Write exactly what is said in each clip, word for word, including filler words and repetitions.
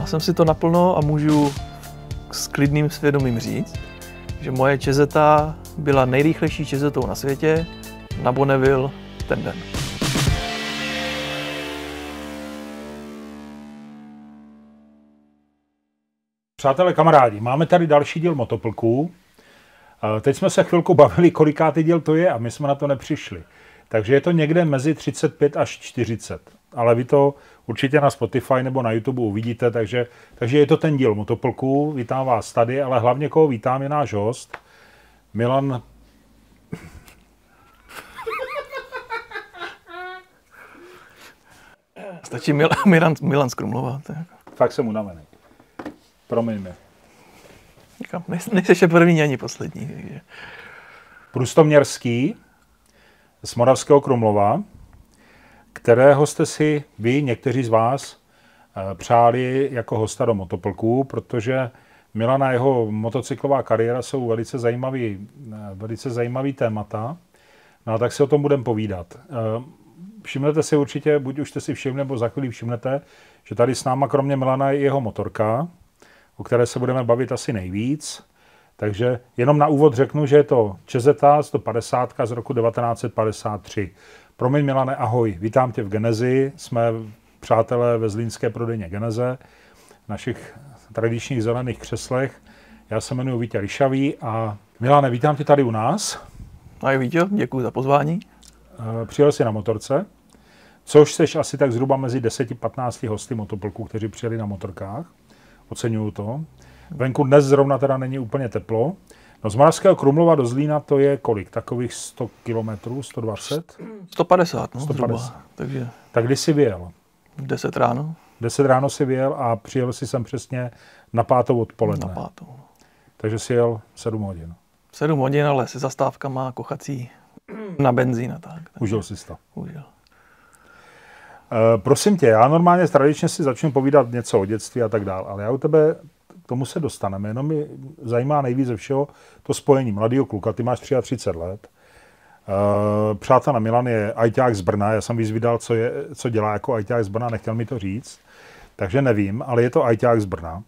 jsem si to naplno a můžu s klidným svědomím říct, že moje čezeta byla nejrychlejší čezetou na světě na Bonneville ten den. Přátelé, kamarádi, máme tady další díl Motoplků. Teď jsme se chvilku bavili, kolikátý díl to je a my jsme na to nepřišli. Takže je to někde mezi třicet pět až čtyřicet. Ale vy to určitě na Spotify nebo na YouTube uvidíte, takže, takže je to ten díl Motoplků. Vítám vás tady, ale hlavně koho vítám je náš host, Milan... Stačí Mil, Milan, Milan z Krumlova. Fakt jsem unavený. Promiň mi. Nejseš první ani poslední. Takže. Průstoměrský z Moravského Krumlova, kterého jste si vy, někteří z vás, přáli jako hosta do Motoplků, protože Milana jeho motocyklová kariéra jsou velice zajímavý, velice zajímavý témata. No a tak si o tom budeme povídat. Všimnete si určitě, buď už jste si všimli, nebo za chvíli všimnete, že tady s náma kromě Milana je jeho motorka, o které se budeme bavit asi nejvíc. Takže jenom na úvod řeknu, že je to Čezeta sto padesát z roku devatenáct set padesát tři. Promiň Milane, ahoj, vítám tě v Genezi. Jsme přátelé ve zlínské prodejně Geneze, v našich tradičních zelených křeslech. Já se jmenuji Víťa Ryšavý a Milane, vítám tě tady u nás. Ahoj Víťo, děkuji za pozvání. Přijel jsi na motorce, což seš asi tak zhruba mezi deseti patnácti hosty Motoplků, kteří přijeli na motorkách. Oceňuju to. Venku dnes zrovna teda není úplně teplo. No z Moravského Krumlova do Zlína to je kolik? Takových sto kilometrů, sto dvacet? sto padesát, no, sto padesát. Zhruba. Takže... Tak kdy jsi vyjel? deset ráno. deset ráno si vyjel a přijel si sem přesně na pátou odpoledne. Na pátou. Takže si jel sedm hodin. sedm hodin, ale se zastávkama kochací na benzín a tak. Užil jsi to? Užil. Uh, prosím tě, já normálně tradičně si začnu povídat něco o dětství a tak dál, ale já u tebe k tomu se dostaneme, jenom mi zajímá nejvíc ze všeho to spojení mladýho kluka, ty máš třicet tři let. Uh, přátelé, Milan je ajťák z Brna, já jsem vyzvídal, co, je, co dělá jako ajťák z Brna, nechtěl mi to říct, takže nevím, ale je to ajťák z Brna.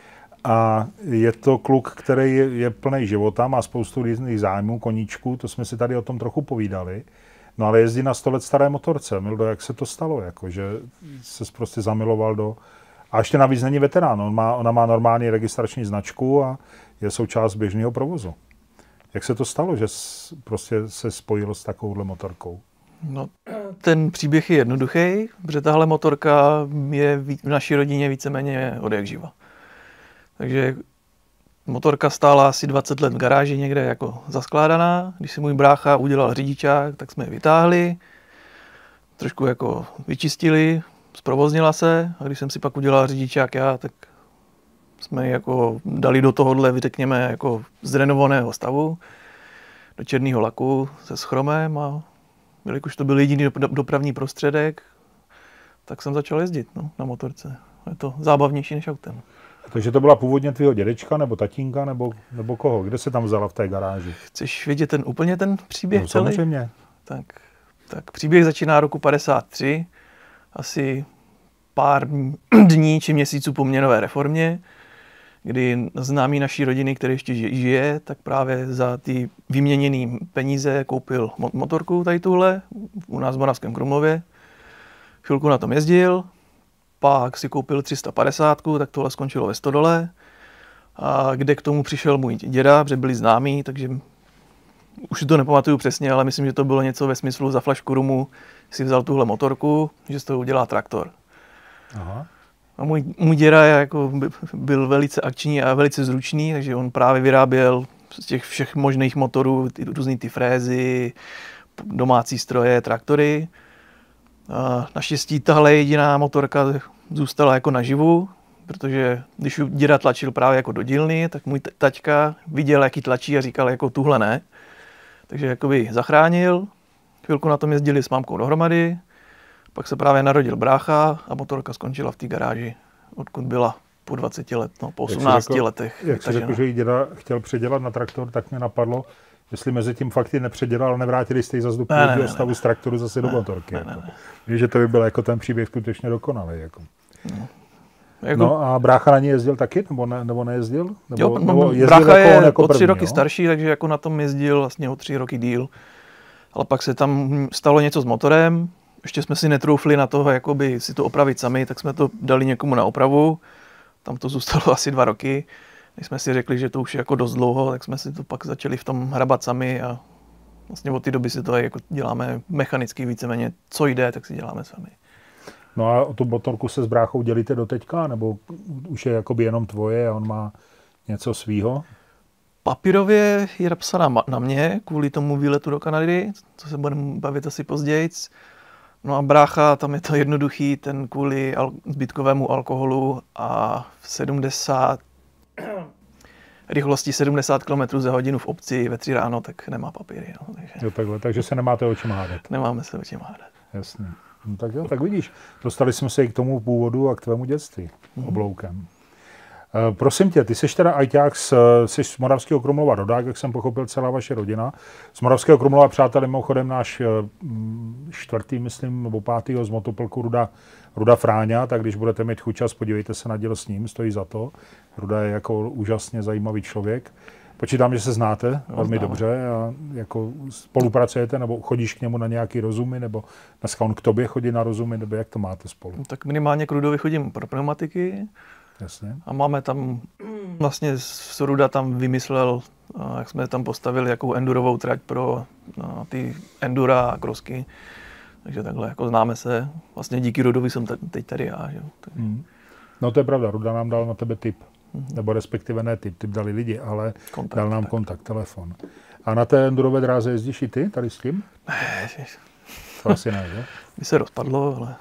A je to kluk, který je, je plný života, má spoustu různých zájmů, koníčků, to jsme si tady o tom trochu povídali. No ale jezdí na sto let staré motorce. Mildo, jak se to stalo? Jako, že ses prostě zamiloval do... A ještě navíc není veterán. On má, ona má normální registrační značku a je součást běžného provozu. Jak se to stalo, že prostě se spojilo s takovouhle motorkou? No, ten příběh je jednoduchý, protože tahle motorka je v naší rodině víceméně od jak živa. Takže motorka stála asi dvacet let v garáži někde jako zaskládaná. Když si můj brácha udělal řidičák, tak jsme ji vytáhli, trošku jako vyčistili, zprovoznila se a když jsem si pak udělal řidičák já, tak jsme ji jako dali do tohohle, řekněme, jako zrenovovaného stavu, do černého laku se schromem a jelikož to byl jediný dopravní prostředek, tak jsem začal jezdit no, na motorce. Je to zábavnější než autem. Takže to byla původně tvýho dědečka, nebo tatínka, nebo, nebo koho? Kde se tam vzala v té garáži? Chceš vědět ten, úplně ten příběh no, celý? Samozřejmě. Tak, tak příběh začíná roku padesát tři, asi pár dní či měsíců po měnové reformě, kdy známý naší rodiny, který ještě žije, tak právě za ty vyměněné peníze koupil motorku tady tuhle, u nás v Moravském Krumlově. Chvilku na tom jezdil, pak si koupil tři sta padesát, tak tohle skončilo ve Stodole, a kde k tomu přišel můj děda, protože byli známí, takže už to nepamatuju přesně, ale myslím, že to bylo něco ve smyslu za flašku rumu si vzal tuhle motorku, že z toho udělá traktor. Aha. A můj, můj děda jako byl velice akční a velice zručný, takže on právě vyráběl z těch všech možných motorů ty, různý ty frézy, domácí stroje, traktory. A naštěstí tahle jediná motorka zůstala jako naživu, protože když děda tlačil právě jako do dílny, tak můj taťka viděl, jaký tlačí a říkal, jako tuhle ne. Takže jakoby zachránil, chvilku na tom jezdili s mámkou dohromady, pak se právě narodil brácha a motorka skončila v té garáži, odkud byla po dvaceti let, no, po osmnácti řekl, letech. Jak jsi řekl, že jí děda chtěl předělat na traktor, tak mě napadlo, jestli mezi tím fakt nepředělal, nevrátili jste ji zase do původního stavu z traktoru zase ne, do motorky. Ne, jako. ne, ne. Víš, že to by byl jako ten příběh skutečně dokonalý. Jako. No. Jako... No a brácha na ní jezdil taky, nebo, ne, nebo nejezdil? Nebo, Jo, no, nebo jezdil brácha jako je on jako o tři první, roky jo? starší, takže jako na tom jezdil vlastně o tři roky díl. Ale pak se tam stalo něco s motorem, ještě jsme si netroufli na toho, jakoby si to opravit sami, tak jsme to dali někomu na opravu. Tam to zůstalo asi dva roky. Když jsme si řekli, že to už je jako dost dlouho, tak jsme si to pak začali v tom hrabat sami a vlastně od té doby si to jako děláme mechanicky víceméně, co jde, tak si děláme sami. No a o tu motorku se s bráchou dělíte do teďka, nebo už je jakoby jenom tvoje a on má něco svýho? Papírově je napsaná na mě kvůli tomu výletu do Kanady, co se budeme bavit asi později. No a brácha, tam je to jednoduchý, ten kvůli al- zbytkovému alkoholu a v sedmdesát rychlosti sedmdesát kilometrů za hodinu v obci ve tři ráno, tak nemá papíry. No, takže Jo, takhle, takže se nemáte o čem hádat. nemáme se o čem hádat. Jasně. No, tak jo, tak vidíš, dostali jsme se i k tomu původu a k tvému dětství Mhm. obloukem. E, prosím tě, ty jsi teda ajťák, z, jsi z Moravského Krumlova rodák, jak jsem pochopil, celá vaše rodina. Z Moravského Krumlova, přátelé, mimochodem náš mm, čtvrtý, myslím, nebo pátýho z motopolku Ruda, Ruda Fráňa, tak když budete mít chuť čas, podívejte se na díl s ním, stojí za to. Ruda je jako úžasně zajímavý člověk. Počítám, že se znáte no, velmi známe. dobře a jako spolupracujete, nebo chodíš k němu na nějaký rozumy, nebo dneska on k tobě chodí na rozumy, nebo jak to máte spolu? No, tak minimálně k Rudovi chodím pro pneumatiky Jasně. a máme tam, vlastně z Ruda tam vymyslel, a jak jsme tam postavili jakou endurovou trať pro no, ty endura a krosky. Takže takhle jako známe se. Vlastně díky Rudovi jsem t- teď tady já. Že? Tak... Hmm. No to je pravda, Ruda nám dal na tebe tip. Mm-hmm. Nebo respektive ne tip, tip dali lidi, ale kontakt, dal nám tak. kontakt, telefon. A na té endurové dráze jezdíš i ty, tady s tím? Ne, ježiš. To asi ne, že? By se rozpadlo, ale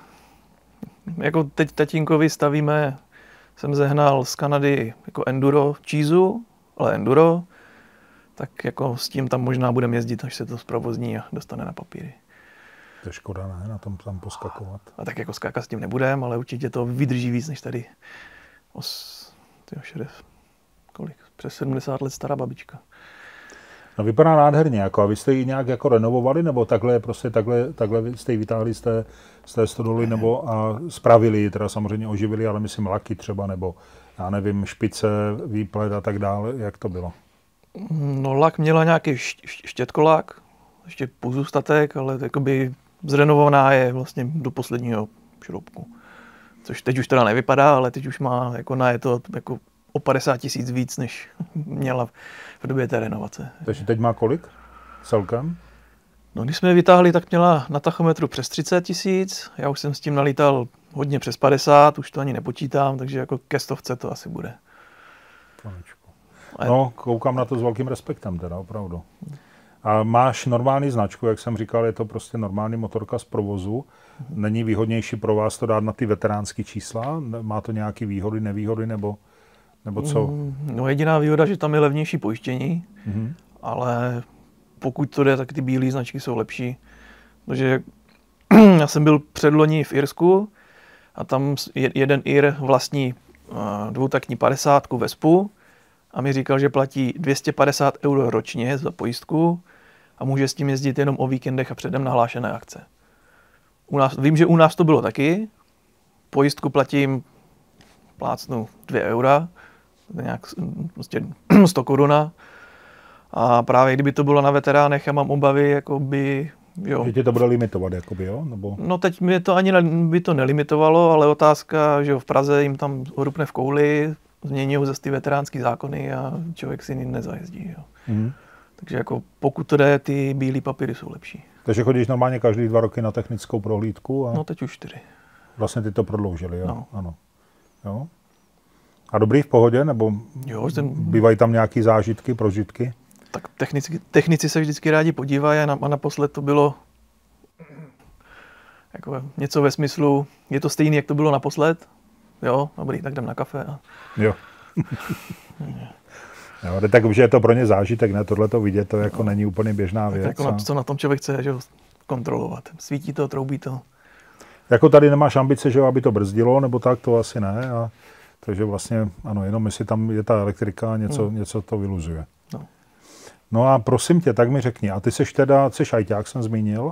jako teď tatínkovi stavíme, jsem zehnal z Kanady jako enduro čízu, ale enduro, tak jako s tím tam možná budeme jezdit, až se to zprovozní a dostane na papíry. To je škoda, ne, na tom tam poskakovat. A tak jako skákat s tím nebudem, ale určitě to vydrží víc než tady. Os, tyjo, šedef, kolik? Přes sedmdesát let stará babička. No vypadá nádherně, jako, a vy jste ji nějak jako renovovali, nebo takhle prostě takhle, takhle jste ji vytáhli z té, z té stodoly, nebo a spravili ji, teda samozřejmě oživili, ale myslím laky třeba, nebo já nevím, špice, výplet a tak dále, jak to bylo? No lak měla nějaký šť- šť- štětkolák, ještě pozůstatek, ale jakoby zrenovovaná je vlastně do posledního šroubku. Což teď už teda nevypadá, ale teď už má jako na je to jako o padesát tisíc víc, než měla v době té renovace. Takže teď má kolik celkem? No když jsme je vytáhli, tak měla na tachometru přes třicet tisíc, já už jsem s tím nalítal hodně přes padesát, už to ani nepočítám, takže jako ke stovce to asi bude. Konečku. Ale- No, koukám na to s velkým respektem teda, opravdu. A máš normální značku, jak jsem říkal, je to prostě normální motorka z provozu. Není výhodnější pro vás to dát na ty veteránské čísla? Má to nějaké výhody, nevýhody, nebo, nebo co? Mm, No jediná výhoda, že tam je levnější pojištění, Mhm. ale pokud to jde, tak ty bílé značky jsou lepší. Protože já jsem byl předloni v Irsku a tam s- je- jeden Ir vlastní a, dvoutaktní padesátku Vespu a mi říkal, že platí dvě stě padesát euro ročně za pojistku a může s tím jezdit jenom o víkendech a předem nahlášené akce. U nás, vím, že u nás to bylo taky. Pojistku platím, plácnu dvě eura, to je nějak s- prostě sto koruna. A právě kdyby to bylo na veteránech, já mám obavy, jakoby, jo. Že tě to bude limitovat, jakoby, jo? Nebo... No teď mě to ani ne- by to nelimitovalo, ale otázka, že jo, v Praze jim tam horupne v kouli, změní zase ty veteránský zákony a člověk si nezajezdí, jo. Mhm. Takže jako pokud to jde, ty bílé papíry jsou lepší. Takže chodíš normálně každý dva roky na technickou prohlídku a No teď už čtyři. vlastně ty to prodloužili, jo? No. Ano. Jo? A dobrý v pohodě, nebo Jo, ten, bývají tam nějaký zážitky, prožitky? tak technici, technici se vždycky rádi podívají a, na, a naposled to bylo jako něco ve smyslu, je to stejný, jak to bylo naposled? Jo, dobrý, tak jdem na kafe. A... Jo. Jo, tak že je to pro ně zážitek, ne? Tohle to vidět, to jako není úplně běžná věc. Jako na, a... co na tom člověk chce, že ho kontrolovat. Svítí to, troubí to. Jako tady nemáš ambice, že jo, aby to brzdilo, nebo tak, to asi ne. A... Takže vlastně, ano, jenom jestli tam je ta elektrika, něco, hmm. něco to vyluzuje. No. No a prosím tě, tak mi řekni, a ty seš teda, seš ajťák, jsem zmínil,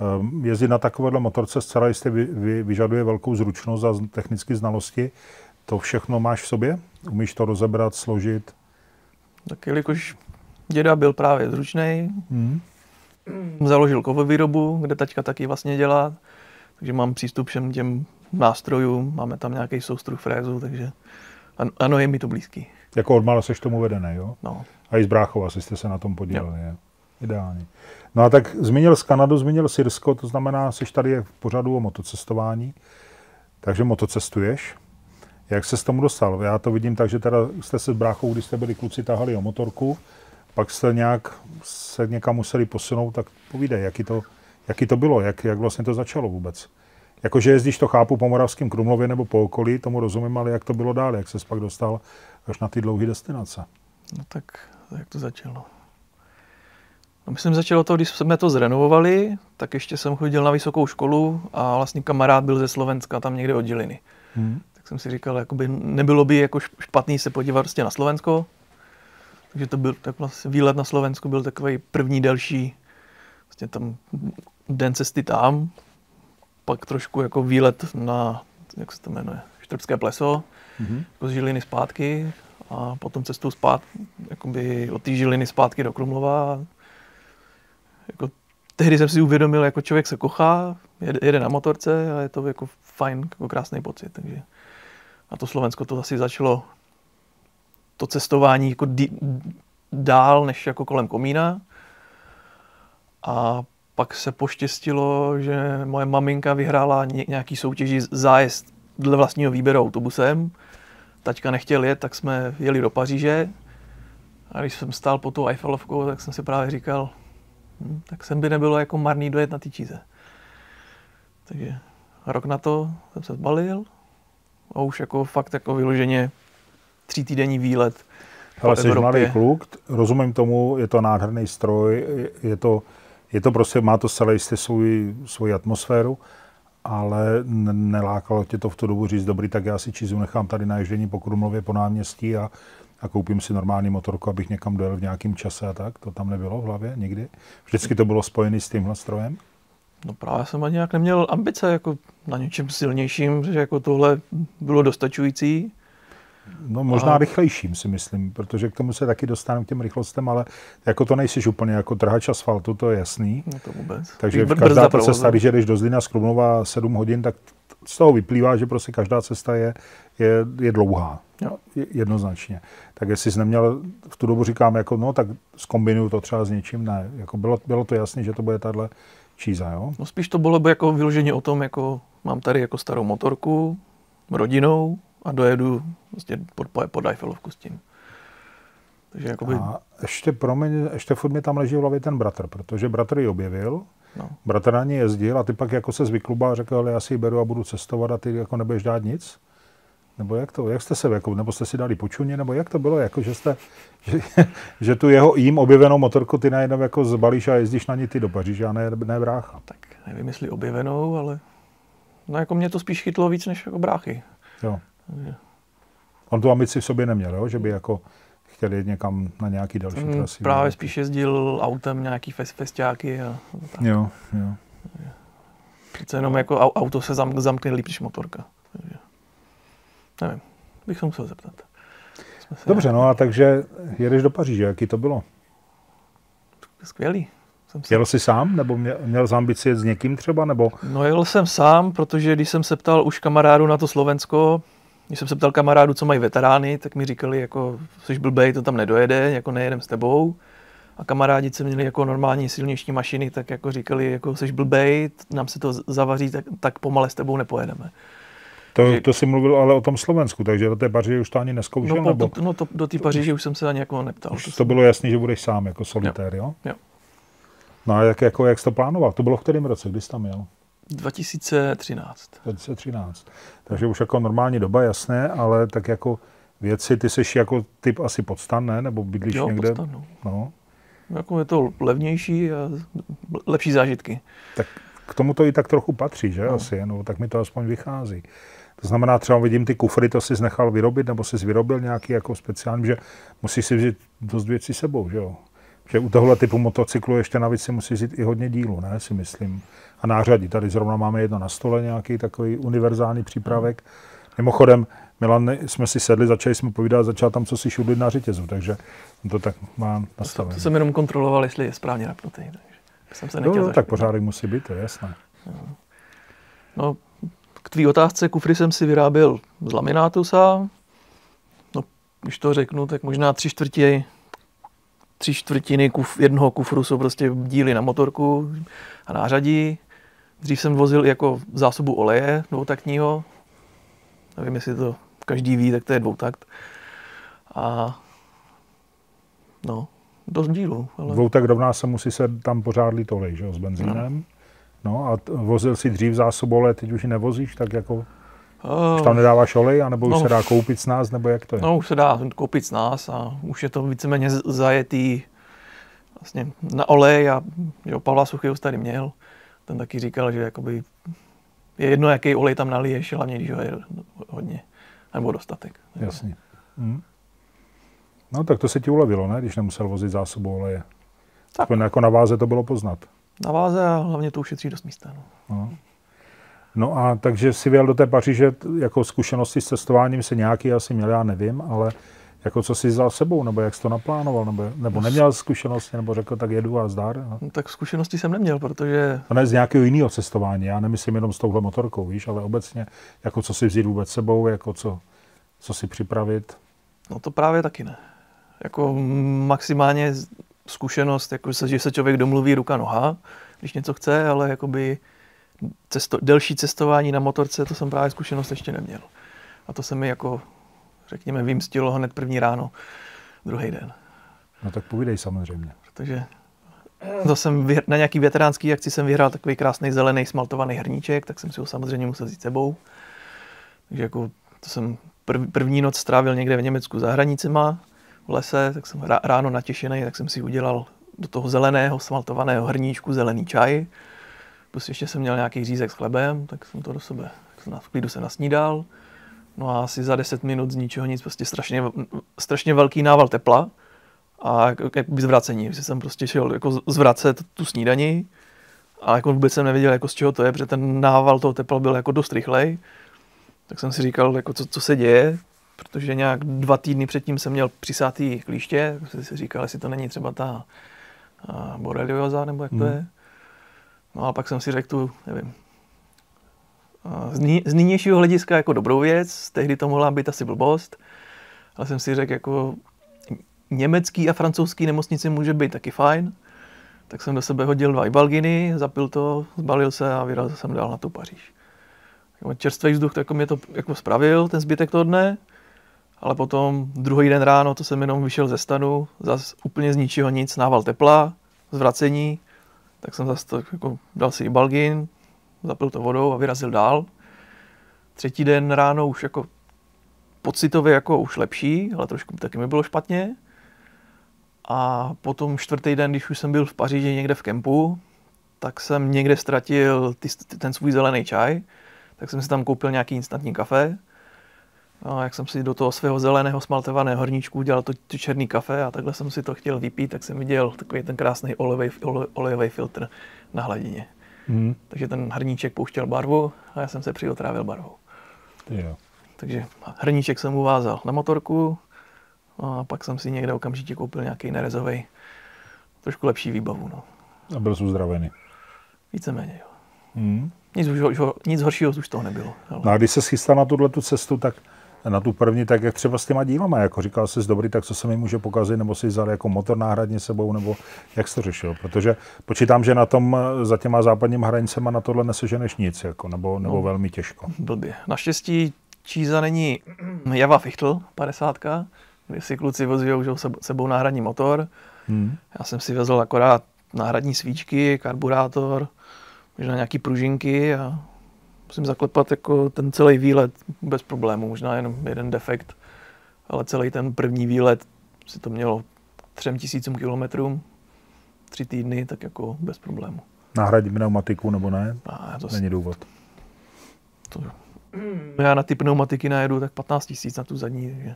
jezdit na takovéhle motorce zcela jistě vy, vy, vyžaduje velkou zručnost a technické znalosti. to všechno máš v sobě? Umíš to rozebrat, složit? Tak jelikož děda byl právě zručnej, Hmm. založil kovovýrobu, kde taťka taky vlastně dělá, takže mám přístup všem těm nástrojům, máme tam nějaký soustruh frézu, takže ano, je mi to blízký. Jako odmala seš tomu vedený, jo? No. A i z bráchou asi jste se na tom podíleli, jo. Ideálně. No a tak zmínil z Kanadu, zmínil Syrsko, to znamená, jsi tady v pořadu o motocestování, takže motocestuješ. Jak se s tomu dostal? Já to vidím tak, že teda jste se s bráchou, když jste byli kluci, tahali o motorku, pak jste nějak se někam museli posunout, tak povídej, jaký to, jaký to bylo, jak, jak vlastně to začalo vůbec. Jakože jezdíš, to chápu, po Moravském Krumlově nebo po okolí, tomu rozumím, ale jak to bylo dál, jak ses pak dostal až na ty dlouhé destinace? No tak, jak to začalo? No myslím, začalo to, když jsme to zrenovovali, tak ještě jsem chodil na vysokou školu a vlastně kamarád byl ze Slovenska, tam někde od Žiliny. Hmm. Tak jsem si říkal, jakoby nebylo by jako špatný se podívat prostě na Slovensko. Takže to byl tak vlastně výlet na Slovensku byl takový první delší, vlastně tam den cesty tam, pak trošku jako výlet na, jak se to jmenuje, Štrbské pleso, mm-hmm. z Žiliny zpátky a potom cestou zpát, jakoby od té Žiliny zpátky do Krumlova. Jako, tehdy jsem si uvědomil, jako člověk se kochá, jede, jede na motorce a je to jako fajn, jako krásný pocit. Takže a to Slovensko to asi začalo to cestování jako dí, dál než jako kolem komína. A pak se poštěstilo, že moje maminka vyhrála nějaký soutěži zájezd dle vlastního výběru autobusem. Taťka nechtěl jet, tak jsme jeli do Paříže. A když jsem stál pod tou Eiffelovkou, tak jsem si právě říkal, hm, tak sem by nebylo jako marný dojet na ty Číze. Takže rok na to jsem se zbalil a už jako fakt jako vyloženě tří týdenní výlet. Ale jsi mladý kluk, rozumím tomu, je to nádherný stroj, je to, je to prostě, má to celé jistě svůj, svoji atmosféru, ale nelákalo tě to v tu dobu říct, dobrý, tak já si Čízu nechám tady na ježdění po Krumlově, po náměstí a, a koupím si normální motorku, abych někam dojel v nějakém čase a tak. To tam nebylo v hlavě nikdy? Vždycky to bylo spojené s tímhle strojem? No právě jsem ani nějak neměl ambice jako na něčem silnějším, že jako tohle bylo dostačující. No možná a... rychlejším si myslím, protože k tomu se taky dostaneme k těm rychlostem, ale jako to nejsiš úplně jako trhač asfaltu, to je jasný. No to vůbec. Takže v každá ta cesta, když jdeš do Zlína z Krumlova sedm hodin, tak z toho vyplývá, že prostě každá cesta je, je, je dlouhá. Jo. Jednoznačně. Tak jestli jsi neměl, v tu dobu říkám, jako no tak zkombinuju to třeba s něčím, ne. Jako bylo, bylo to jasné, že to bude tahle Číza, jo? No spíš to bylo by jako vyloženě o tom, jako mám tady jako starou motorku, rodinou, a dojedu vlastně pod, pod Eiffelovku s tím. Takže jakoby... A ještě, promiň, ještě furt mi tam leží v hlavě ten bratr, protože bratr ji objevil, no. Bratr na ní jezdil a ty pak jako se zvykluba a řekl, ale já si ji beru a budu cestovat a ty jako nebudeš dát nic? Nebo jak to, jak jste se, jako, nebo jste si dali počuně, nebo jak to bylo, jako, že jste, že, že tu jeho jím objevenou motorku ty najednou jako zbalíš a jezdíš na ní ty do Paříže a ne, ne brácha? Tak nevím, jestli objevenou, ale no jako mě to spíš chytlo víc než jako bráchy. Jo. On tu ambici v sobě neměl, jo? Že by jako chtěl jít někam na nějaký další mm, trasy. Právě nějaký. Spíš jezdil autem nějaký fest, festiáky a tak. Jo, jo. Přece jenom jako auto se zam, zamkne líp než motorka. Takže, nevím, bych se musel zeptat. Dobře, nějak... no a takže jedeš do Paříže, jaký to bylo? Skvělý. Jsem se... Jel jsi sám, nebo měl, měl jsi ambici jet s někým třeba, nebo? No jel jsem sám, protože když jsem se ptal už kamarádu na to Slovensko, když jsem se ptal kamarádu, co mají veterány, tak mi říkali, jako jsi blbej, to tam nedojede, jako nejedem s tebou. A kamarádi, co měli jako normální silniční mašiny, tak jako říkali, jako jsi blbej, nám se to zavaří, tak, tak pomale s tebou nepojedeme. To, že... to jsi mluvil ale o tom Slovensku, takže do té Paříže už to ani nezkoušel? No, nebo... to, no to, do té Paříže už jsem se ani jako neptal. Už to, to jsem... bylo jasný, že budeš sám jako solitér, jo? Jo. No a jak, jako, jak jsi to plánoval? To bylo v kterém roce, kdy jsi tam jel? dva tisíce třináct. dva tisíce třináct. Takže už jako normální doba, jasné, ale tak jako věci, ty jsi jako typ asi Podstan, ne? Nebo bydlíš jo, někde? Podstan, no. No. Jako je to levnější a lepší zážitky. Tak k tomu to i tak trochu patří, že? No. Asi, no, tak mi to aspoň vychází. To znamená, třeba vidím ty kufry, to jsi nechal vyrobit, nebo jsi vyrobil nějaký jako speciální, že musíš si vzít dost věcí sebou, že jo? Že u tohle typu motocyklu ještě navíc si musí vzít i hodně dílu, ne, si myslím. A nářadí. Tady zrovna máme jedno na stole, nějaký takový univerzální přípravek. Mimochodem, Milan, jsme si sedli, začali jsme povídat, začal tam co si šudlit na řetězu, takže to tak má nastavené. To, to jsem jenom kontroloval, jestli je správně napnutý. Takže jsem se nechtěl no, no, tak pořádek musí být, to je jasné. No. no, k tvý otázce, kufry jsem si vyráběl z laminátu sám. No, když to řeknu, tak možná tři čtvrtě, tři čtvrtiny kuf, jednoho kufru jsou prostě díly na motorku a nářadí. Dřív jsem vozil jako zásobu oleje dvoutaktního. Nevím, jestli to každý ví, tak to je dvoutakt. A no, dost dílů. Ale... Dvoutakt rovná se musí se tam pořád lít olej, že jo, s benzínem. No. No a t- vozil si dřív zásobu oleje, teď už ji nevozíš, tak jako... Uh, už tam nedáváš olej, anebo už no, se dá koupit s nás, nebo jak to je? No, už se dá koupit s nás a už je to víceméně zajetý vlastně na olej a jo, Pavla Suchyho tady měl. Ten taky říkal, že jakoby je jedno, jaký olej tam naliješ, hlavně když ho je hodně, nebo dostatek. Jasně. Hmm. No tak to se ti ulevilo, ne? Když nemusel vozit zásobu oleje. Tak. Jako na váze to bylo poznat. Na váze a hlavně to ušetří dost místa. No. No. no a takže si vyjel do té Paříže, jako zkušenosti s cestováním se nějaký asi měl, já nevím, ale jako co jsi vzal sebou, nebo jak jsi to naplánoval, nebo, nebo neměl zkušenosti, nebo řekl, tak jedu a zdar? No. No, tak zkušenosti jsem neměl, protože... To ne z nějakého jiného cestování, já nemyslím jenom s touhle motorkou, víš, ale obecně, jako co si vzít vůbec sebou, jako co, co si připravit. No to právě taky ne. Jako maximálně zkušenost, jako že se člověk domluví ruka noha, když něco chce, ale jakoby cesto, delší cestování na motorce, to jsem právě zkušenost ještě neměl. A to se mi jako, řekněme, vymstilo hned první ráno, druhý den. No tak povídej samozřejmě. Protože to jsem vyhr, na nějaký veteránský akci jsem vyhrál takový krásný zelený smaltovaný hrníček, tak jsem si ho samozřejmě musel vzít sebou. Takže jako to jsem prv, první noc strávil někde v Německu za hranicema, v lese, tak jsem ráno natěšený, tak jsem si udělal do toho zeleného smaltovaného hrníčku zelený čaj. Plus ještě jsem měl nějaký řízek s chlebem, tak jsem to do sebe v klidu se nasnídal. No a asi za deset minut z ničeho nic, prostě strašně, strašně velký nával tepla a jakoby zvracení. Že jsem prostě šel jako zvracet tu snídani a jako vůbec jsem nevěděl, jako z čeho to je, protože ten nával toho tepla byl jako dost rychlej. Tak jsem si říkal, jako co, co se děje, protože nějak dva týdny předtím jsem měl přisátý klíště, tak jsem si říkal, jestli to není třeba ta borelioza, nebo jak to je. No a pak jsem si řekl tu, nevím, z, ní, z nynějšího hlediska jako dobrou věc, tehdy to mohla být asi blbost, ale jsem si řekl, jako německý a francouzský nemocnici může být taky fajn, tak jsem do sebe hodil dva ibalginy, zapil to, zbalil se a vyrazil jsem dál na tu Paříž. Čerstvý vzduch, tak mě to jako spravil, ten zbytek toho dne, ale potom druhý den ráno, to jsem jenom vyšel ze stanu, zase úplně z ničeho nic, nával tepla, zvracení, tak jsem zase to, jako, dal si ibalgin, zapil to vodou a vyrazil dál. Třetí den ráno už jako pocitově jako už lepší, ale trošku taky mi bylo špatně. A potom čtvrtý den, když už jsem byl v Paříži někde v kempu, tak jsem někde ztratil ty, ten svůj zelený čaj, tak jsem si tam koupil nějaký instantní kafe. A jak jsem si do toho svého zeleného smaltovaného hrníčku udělal to, to černý kafe a takhle jsem si to chtěl vypít, tak jsem viděl takový ten krásný olejový, olejový filtr na hladině. Mm. Takže ten hrníček pouštěl barvu a já jsem se přiotrávil barvou. Jo. Takže hrníček jsem uvázal na motorku a pak jsem si někde okamžitě koupil nějaký nerezový, trošku lepší výbavu. No. A byl jsi uzdravený. Víceméně, jo. Mm. Nic, už, nic horšího už toho nebylo. Ale... No a když se chystá na tuhletu cestu, tak na tu první, tak jak třeba s těma dílama, jako říkal jsi dobrý, tak co se mi může pokazit, nebo si vzal jako motor náhradně sebou, nebo jak jsi to řešil? Protože počítám, že na tom za těma západníma hranicema na tohle neseženeš nic, jako, nebo, nebo no, velmi těžko. Blbě. Naštěstí číza není Java Fichtl padesátka, kde si kluci vozí už sebou náhradní motor. Hmm. Já jsem si vezl akorát náhradní svíčky, karburátor, možná nějaký pružinky a musím zaklepat jako ten celý výlet bez problémů, možná jenom jeden defekt, ale celý ten první výlet si to mělo třem tisícům kilometrům, tři týdny, tak jako bez problémů. Nahradím pneumatiku nebo ne? A to není důvod. To, já na ty pneumatiky najedu tak patnáct tisíc na tu zadní. Takže...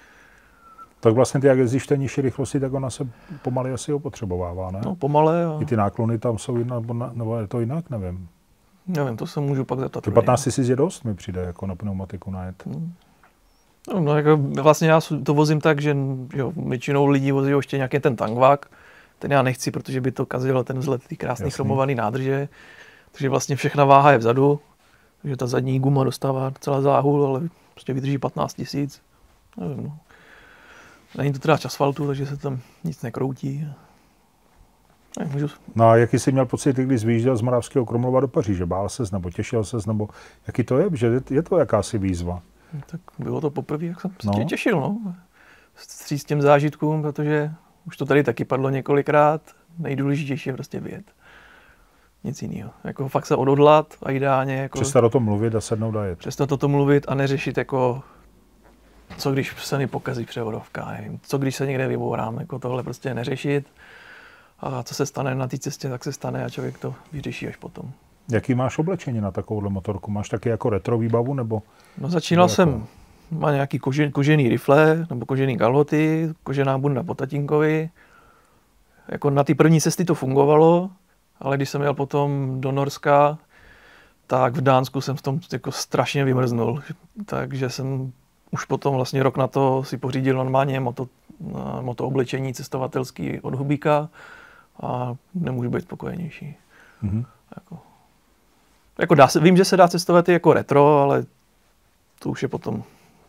Tak vlastně ty, jak jezdíš v té nižší rychlosti, tak ona se pomaly asi opotřebovává, ne? No pomalé. A... I ty náklony tam jsou jinak, nebo, nebo je to jinak, nevím. Nevím, to se můžu pak zeptat. patnáct tisíc je dost, mi přijde, jako na pneumatiku najet. Hmm. No, no jako vlastně já to vozím tak, že jo, většinou lidí vozí ještě nějaký ten tankvák, ten já nechci, protože by to kazilo ten vzhled ty krásný chromovaný nádrže, takže vlastně všechna váha je vzadu, takže ta zadní guma dostává docela záhul, ale prostě vydrží patnáct tisíc. Nevím, no. Není to teda asfaltu, takže se tam nic nekroutí. Ne, můžu... No a jaký jsi měl pocit, když jsi vyjížděl z Moravského Krumlova do Paříže? Bál ses nebo těšil ses, nebo jaký to je? Že je to jakási výzva? Tak bylo to poprvé, jak jsem se no. těšil, no. Vstříc těm zážitkům, protože už to tady taky padlo několikrát. Nejdůležitější je prostě vyjet. Nic jiného. Jako fakt se odhodlat a ideálně jako... Přestat o tom mluvit a sednout a jet. Přestat o tom mluvit a neřešit jako co když se mi pokazí převodovka, nevím, co když se někde vybourám, jako tohle prostě neřešit. A co se stane na té cestě, tak se stane a člověk to vyřeší až potom. Jaký máš oblečení na takovouhle motorku? Máš taky jako retro výbavu, nebo? No začínal jako... jsem, má nějaký kožen, kožený rifle, nebo kožený kalhoty, kožená bunda po tatínkovi. Jako na té první cesty to fungovalo, ale když jsem jel potom do Norska, tak v Dánsku jsem v tom jako strašně vymrznul. Takže jsem už potom vlastně rok na to si pořídil normálně moto, moto oblečení cestovatelský od Hubíka a nemůžu být spokojenější. Mm-hmm. Jako, jako dá se, vím, že se dá cestovat i jako retro, ale to už je potom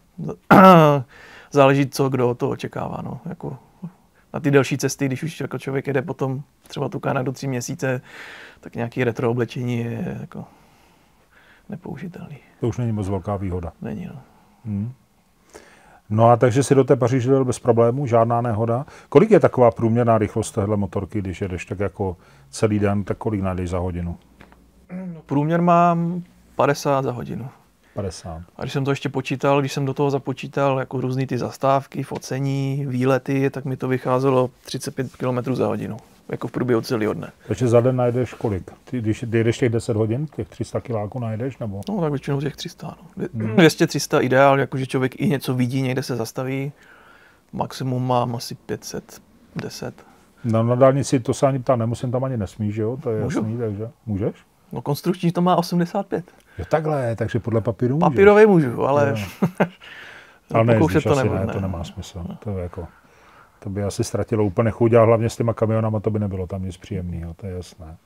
záleží, co kdo to očekává. No. Jako, na ty delší cesty, když už jako člověk jede potom třeba tu Kanadu tři měsíce, tak nějaký retro oblečení je jako nepoužitelný. To už není moc velká výhoda. Není, no. Hmm. No a takže si do té Paříže jel bez problémů, žádná nehoda. Kolik je taková průměrná rychlost téhle motorky, když jedeš tak jako celý den, tak kolik najdeš za hodinu? No, průměr mám padesát za hodinu. padesát. A když jsem to ještě počítal, když jsem do toho započítal jako různý ty zastávky, focení, výlety, tak mi to vycházelo třicet pět kilometrů za hodinu. Jako v průběhu celého dne. Takže za den najdeš kolik? Ty, když jedeš těch deset hodin, těch tři sta kiláků najdeš, nebo? No tak většinou těch tři sta. No. dvě stě tři sta ideál, jakože člověk i něco vidí, někde se zastaví. Maximum mám asi pět set deset. No, na dálnici to se ani ptá, nemusím, tam ani nesmíš, jo? To je Můžu. jasný, takže můžeš? No konstrukční to má osmdesát pět. Jo takhle, takže podle papíru můžeš. Papírově můžu, ale... ale ne, to, to, nebude, ne, ne. to nemá smysl. To je jako... To by asi ztratilo úplně chuť a hlavně s těma kamionama to by nebylo tam nic příjemného, to je jasné.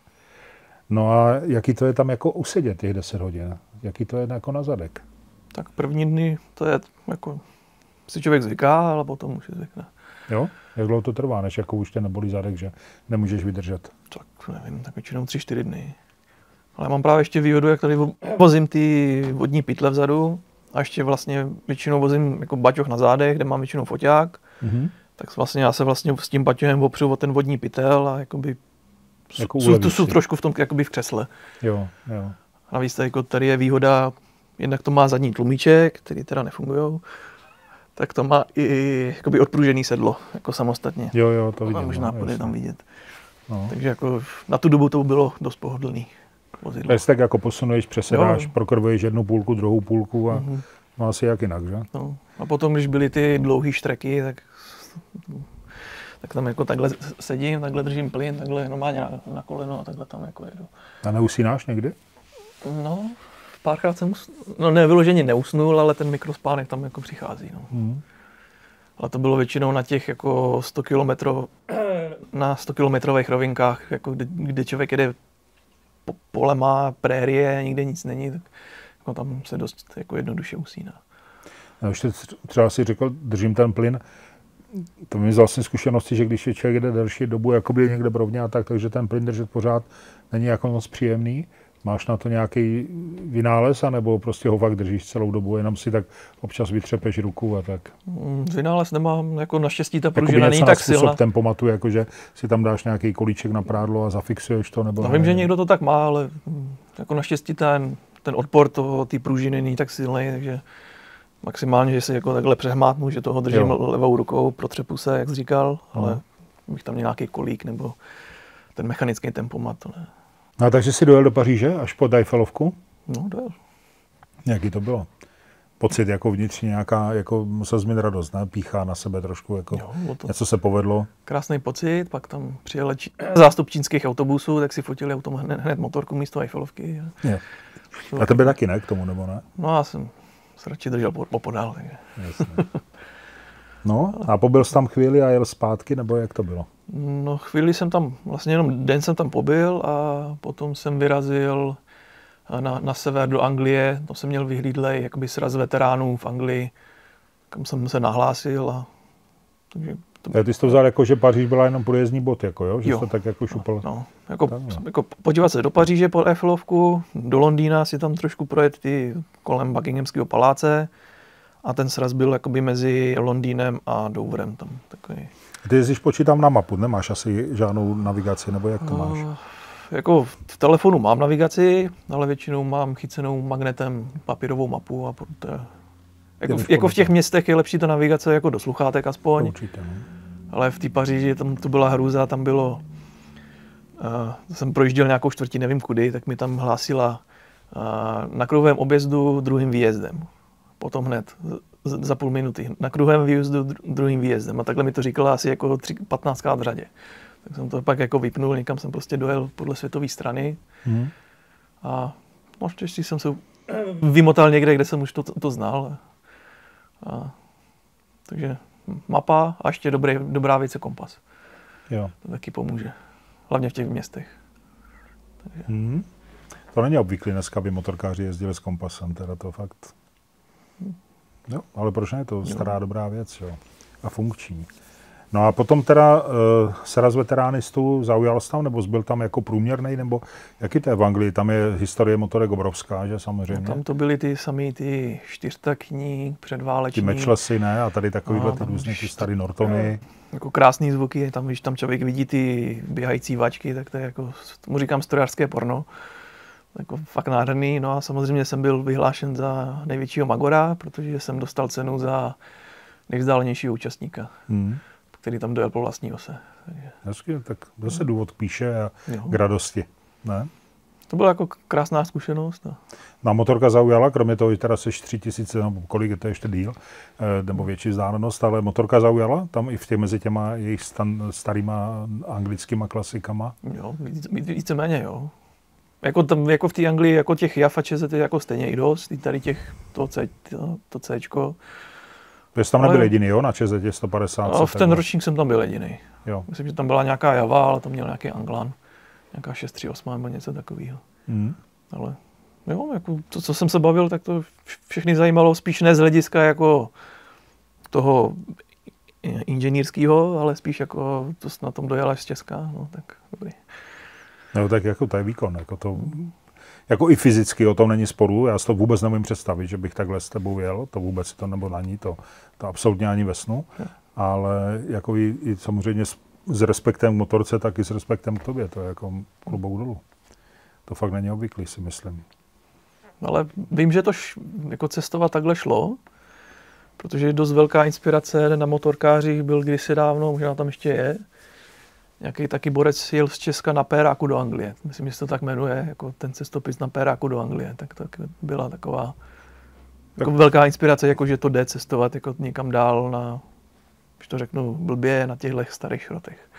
No a jaký to je tam jako usedět těch deset hodin? Jaký to je jako na zadek? Tak první dny to je jako, si člověk zvyká, ale potom už si zvykne. Jo? Jak dlouho to trvá, než jako už tě nebolí zadek, že nemůžeš vydržet? Tak nevím, tak většinou tři čtyři dny. Ale mám právě ještě výhodu, jak tady vozím ty vodní pytle vzadu a ještě vlastně většinou vozím jako baťoch na zádech, kde mám většinou foťák. Mm-hmm. Tak vlastně já se vlastně s tím baťohem opřu o ten vodní pytel a jakoby jako jsou, tu jsou trošku v tom jakoby v křesle. Jo, jo. Navíc tady, jako tady je výhoda, jednak to má zadní tlumíček, který teda nefungujou, tak to má i jakoby odpružený sedlo, jako samostatně. Jo, jo, to vidím. A možná no, bude tam vidět. No. Takže jako na tu dobu to bylo dost pohodlný vozidlo. Takže tak jako posunuješ, přesedáš, prokrvuješ jednu půlku, druhou půlku a mm-hmm. no asi jak jinak, že? No. A potom, když byly ty dlouhé štreky, tak tak tam jako takhle sedím, takhle držím plyn, takhle normálně na, na koleno a takhle tam jako jedu. A neusínáš někdy? No, párkrát jsem, no ne, vyloženě neusnul, ale ten mikrospánek tam jako přichází, no. Hmm. Ale to bylo většinou na těch jako sto kilometrů, na sto kilometrových rovinkách, jako kde, kde člověk jede po polema, prérie, nikde nic není, tak jako tam se dost jako jednoduše usíná. No, ještě třeba si řekl, držím ten plyn. To mi z vlastní zkušenosti, že když je člověk jde delší dobu jakoby někde brovně a tak, takže ten plyn držet pořád není jako moc příjemný. Máš na to nějaký vynález, anebo prostě ho fakt držíš celou dobu, jenom si tak občas vytřepeš ruku a tak? Vynález nemám, jako naštěstí ta pružina není tak silná. Tempomatu, jakože si tam dáš nějaký kolíček na prádlo a zafixuješ to, nebo... No, vím, že někdo to tak má, ale jako naštěstí ten, ten odpor té pružiny není tak silný, takže maximálně, že si jako takhle přehmátnu, že toho držím jo. levou rukou, protřepu se, jak jsi říkal, no. Ale bych tam měl nějaký kolík nebo ten mechanický tempomat, to ne. No, takže jsi dojel do Paříže až po Eiffelovku? No, dojel. Jaký to bylo? Pocit jako vnitřní nějaká, jako musel zmít radost, ne? Píchá na sebe trošku, jako jo, to... něco se povedlo. Krásný pocit, pak tam přijel či... zástup čínských autobusů, tak si fotili autom hned, hned motorku místo Eiffelovky. A, a tebe taky ne k tomu, nebo ne? No já jsem se radši držel opodál. Jasně. No a pobyl jsi tam chvíli a jel zpátky, nebo jak to bylo? No chvíli jsem tam, vlastně jenom den jsem tam pobyl a potom jsem vyrazil na, na sever do Anglie. Tam jsem měl vyhlídlej jakoby sraz veteránů v Anglii, kam jsem se nahlásil. A, takže to... Ty jsi to vzal jako, že Paříž byla jenom průjezdní bod, jako jo? Že jo. jsi to tak jako šupal? No, no. Jako, tak, no. Jako podívat se do Paříže po Eiffelovku, do Londýna si tam trošku projet ty kolem Buckinghamského paláce a ten sraz byl jakoby mezi Londýnem a Douvrem tam takový. Ty jezdíš, počítám, na mapu, nemáš asi žádnou navigaci, nebo jak to máš? Uh, jako v telefonu mám navigaci, ale většinou mám chycenou magnetem papírovou mapu a proto, jako, v, jako v těch městech je lepší ta navigace jako do sluchátek aspoň. Určitě, no. Ale v té Paříži tam to byla hrůza, tam bylo, uh, jsem projížděl nějakou čtvrtí, nevím kudy, tak mi tam hlásila uh, na kruhovém objezdu druhým výjezdem. Potom hned z, za půl minuty na kruhovém výjezdu druhým výjezdem. A takhle mi to říkala asi jako patnáctkrát v řadě. Tak jsem to pak jako vypnul, někam jsem prostě dojel podle světové strany. Hmm. A no, štěstí jsem se vymotal někde, kde jsem už to, to, to znal. A, takže mapa a ještě dobrý, dobrá věc je kompas. Jo. To taky pomůže. Hlavně v těch městech. Takže. Hmm. To není obvyklý dneska, aby motorkáři jezdili s kompasem, teda to fakt. Jo, ale proč ne? To je stará jo. dobrá věc, jo. A funkční. No a potom teda uh, sraz veteránistů zaujal jsi tam, nebo zbyl tam jako průměrnej, nebo jaký to je v Anglii? Tam je historie motorek obrovská, že samozřejmě? No, tam to byly ty samý ty čtyřtakní, předváleční. Ty Matchlessy, ne? A tady takovýhle ty různé ty starý Nortony. Jako krásný zvuky, tam, když tam člověk vidí ty běhající vačky, tak to je jako, mu říkám, strojářské porno. Jako fakt nádherný. No a samozřejmě jsem byl vyhlášen za největšího magora, protože jsem dostal cenu za nejvzdálenějšího účastníka, hmm. který tam dojel po vlastní ose. Takže... Hezky, tak zase důvod píše a jo. k radosti. Ne? To byla jako krásná zkušenost. No. Na motorka zaujala, kromě toho, že teda seš tři tisíce, nebo kolik je to ještě díl, nebo větší vzdálenost, ale motorka zaujala tam i v těch mezi těma jejich stan, starýma anglickýma klasikama? Jo, víceméně jo. Jako, tam, jako v té Anglii, jako těch Jaffa čezet je jako stejně i dost, tady těch, to, C, to, to Cčko. To jsi tam ale... nebyl jediný, jo, na Čezetě sto padesát? No, v ten ročník jsem tam byl jediný. Jo. Myslím, že tam byla nějaká Java, ale to měl nějaký Anglan, nějaká šest tři osm nebo něco takového. Mm. Ale jo, jako to, co jsem se bavil, tak to všechny zajímalo spíš ne z hlediska jako toho inženýrského, ale spíš jako to na tom dojel až z Česka, no tak dobrý. No tak jako to je výkon, jako to, jako i fyzicky o tom není sporu, já si to vůbec nemůžu představit, že bych takhle s tebou jel, to vůbec to nebo na ní, to, to absolutně ani ve snu, ale jako i, i samozřejmě s, s respektem k motorce, tak i s respektem k tobě, to je jako klobouk dolů. To fakt není obvyklý, si myslím. Ale vím, že to š, jako cestovat takhle šlo, protože dost velká inspirace na motorkářích byl kdysi dávno, možná tam ještě je, nějaký taky borec jel z Česka na péráku do Anglie. Myslím, že se to tak jmenuje, jako ten cestopis na péráku do Anglie. Tak to byla taková jako velká inspirace, jako že to jde cestovat jako někam dál na, když to řeknu blbě, na těchto starých šrotech.